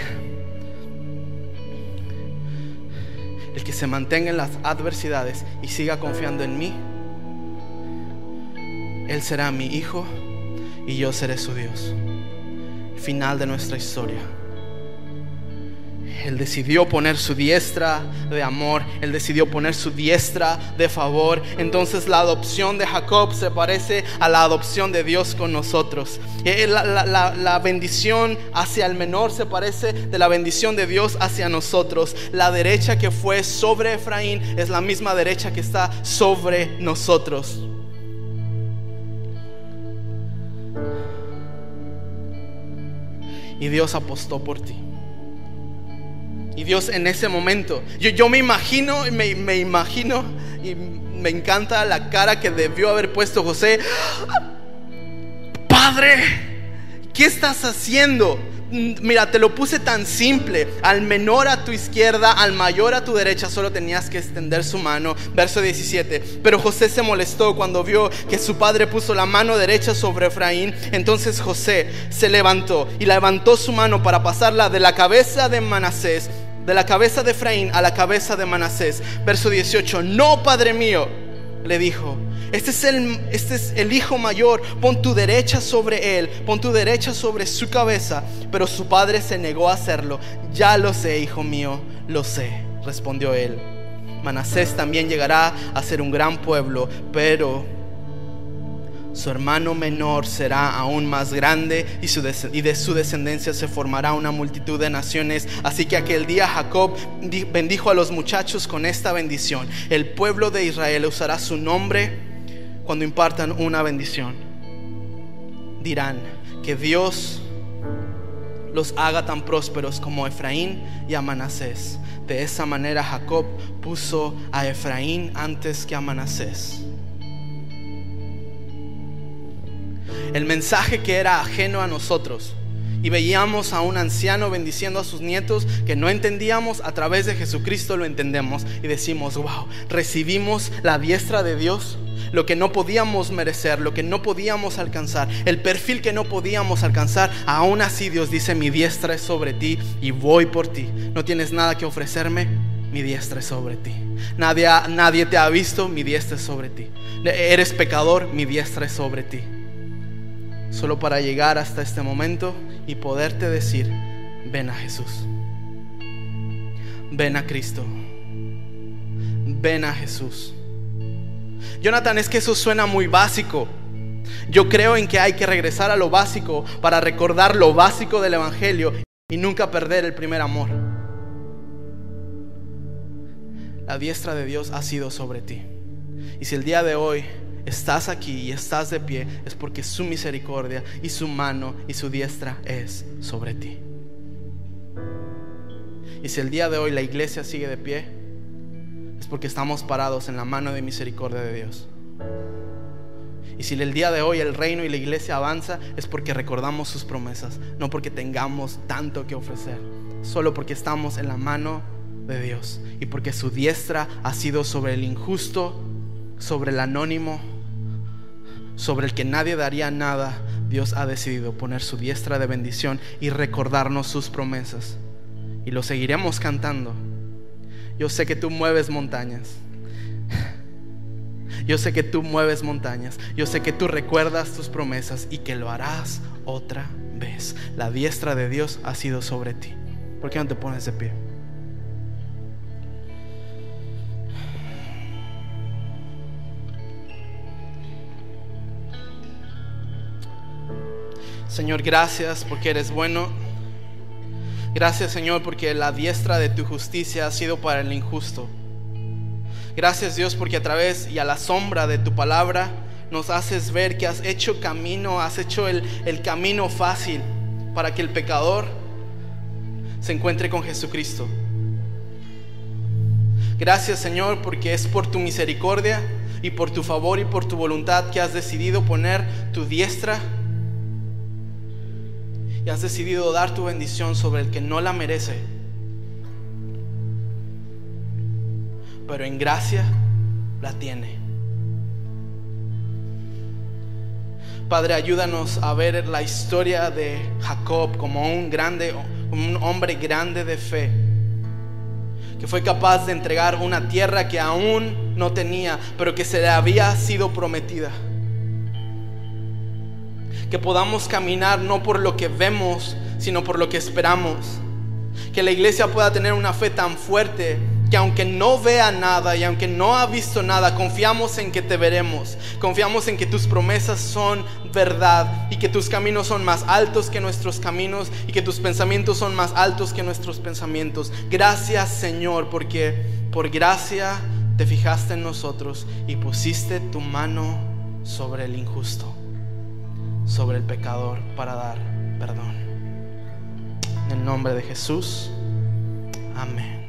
El que se mantenga en las adversidades y siga confiando en mí, Él será mi hijo y yo seré su Dios. Final de nuestra historia. Él decidió poner su diestra de amor, Él decidió poner su diestra de favor. Entonces la adopción de Jacob se parece a la adopción de Dios con nosotros. La, la, la, la bendición hacia el menor se parece de la bendición de Dios hacia nosotros. La derecha que fue sobre Efraín es la misma derecha que está sobre nosotros. Y Dios apostó por ti. Y Dios en ese momento, yo, yo me imagino, me, me imagino y me encanta la cara que debió haber puesto José. Padre, ¿qué estás haciendo? Mira, te lo puse tan simple: al menor a tu izquierda, al mayor a tu derecha, solo tenías que extender su mano. Verso diecisiete: pero José se molestó cuando vio que su padre puso la mano derecha sobre Efraín. Entonces José se levantó y levantó su mano para pasarla de la cabeza de Manasés, de la cabeza de Efraín a la cabeza de Manasés. Verso dieciocho: no, padre mío, le dijo, este es, el, este es el hijo mayor, pon tu derecha sobre él, pon tu derecha sobre su cabeza. Pero su padre se negó a hacerlo. Ya lo sé, hijo mío, lo sé, respondió él. Manasés también llegará a ser un gran pueblo, pero su hermano menor será aún más grande, y, su des- y de su descendencia se formará una multitud de naciones. Así que aquel día Jacob di- bendijo a los muchachos con esta bendición: el pueblo de Israel usará su nombre cuando impartan una bendición. Dirán que Dios los haga tan prósperos como Efraín y a Manasés. De esa manera Jacob puso a Efraín antes que a Manasés. El mensaje que era ajeno a nosotros, y veíamos a un anciano bendiciendo a sus nietos que no entendíamos, a través de Jesucristo lo entendemos y decimos: wow, recibimos la diestra de Dios. Lo que no podíamos merecer, lo que no podíamos alcanzar, el perfil que no podíamos alcanzar, aún así Dios dice: mi diestra es sobre ti y voy por ti. No tienes nada que ofrecerme, mi diestra es sobre ti. Nadie, ha- nadie te ha visto, mi diestra es sobre ti. Eres pecador, mi diestra es sobre ti. Solo para llegar hasta este momento y poderte decir: ven a Jesús, ven a Cristo, ven a Jesús. Jonathan, es que eso suena muy básico. Yo creo en que hay que regresar a lo básico para recordar lo básico del evangelio y nunca perder el primer amor. La diestra de Dios ha sido sobre ti. Y si el día de hoy estás aquí y estás de pie, es porque su misericordia y su mano y su diestra es sobre ti. Y si el día de hoy la iglesia sigue de pie, es porque estamos parados en la mano de misericordia de Dios. Y si el día de hoy el reino y la iglesia avanza, es porque recordamos sus promesas, no porque tengamos tanto que ofrecer, solo porque estamos en la mano de Dios y porque su diestra ha sido sobre el injusto, sobre el anónimo, sobre el que nadie daría nada. Dios ha decidido poner su diestra de bendición y recordarnos sus promesas, y lo seguiremos cantando. Yo sé que tú mueves montañas. Yo sé que tú mueves montañas. Yo sé que tú recuerdas tus promesas y que lo harás otra vez. La diestra de Dios ha sido sobre ti. ¿Por qué no te pones de pie? Señor, gracias porque eres bueno. Gracias, Señor, porque la diestra de tu justicia ha sido para el injusto. Gracias, Dios, porque a través y a la sombra de tu palabra nos haces ver que has hecho camino, has hecho el, el camino fácil para que el pecador se encuentre con Jesucristo. Gracias, Señor, porque es por tu misericordia y por tu favor y por tu voluntad que has decidido poner tu diestra y has decidido dar tu bendición sobre el que no la merece. Pero en gracia la tiene. Padre, ayúdanos a ver la historia de Jacob como un grande, como un hombre grande de fe, que fue capaz de entregar una tierra que aún no tenía, pero que se le había sido prometida. Que podamos caminar no por lo que vemos, sino por lo que esperamos. Que la iglesia pueda tener una fe tan fuerte que aunque no vea nada y aunque no ha visto nada, confiamos en que te veremos. Confiamos en que tus promesas son verdad y que tus caminos son más altos que nuestros caminos y que tus pensamientos son más altos que nuestros pensamientos. Gracias, Señor, porque por gracia te fijaste en nosotros y pusiste tu mano sobre el injusto, sobre el pecador, para dar perdón. En el nombre de Jesús, amén.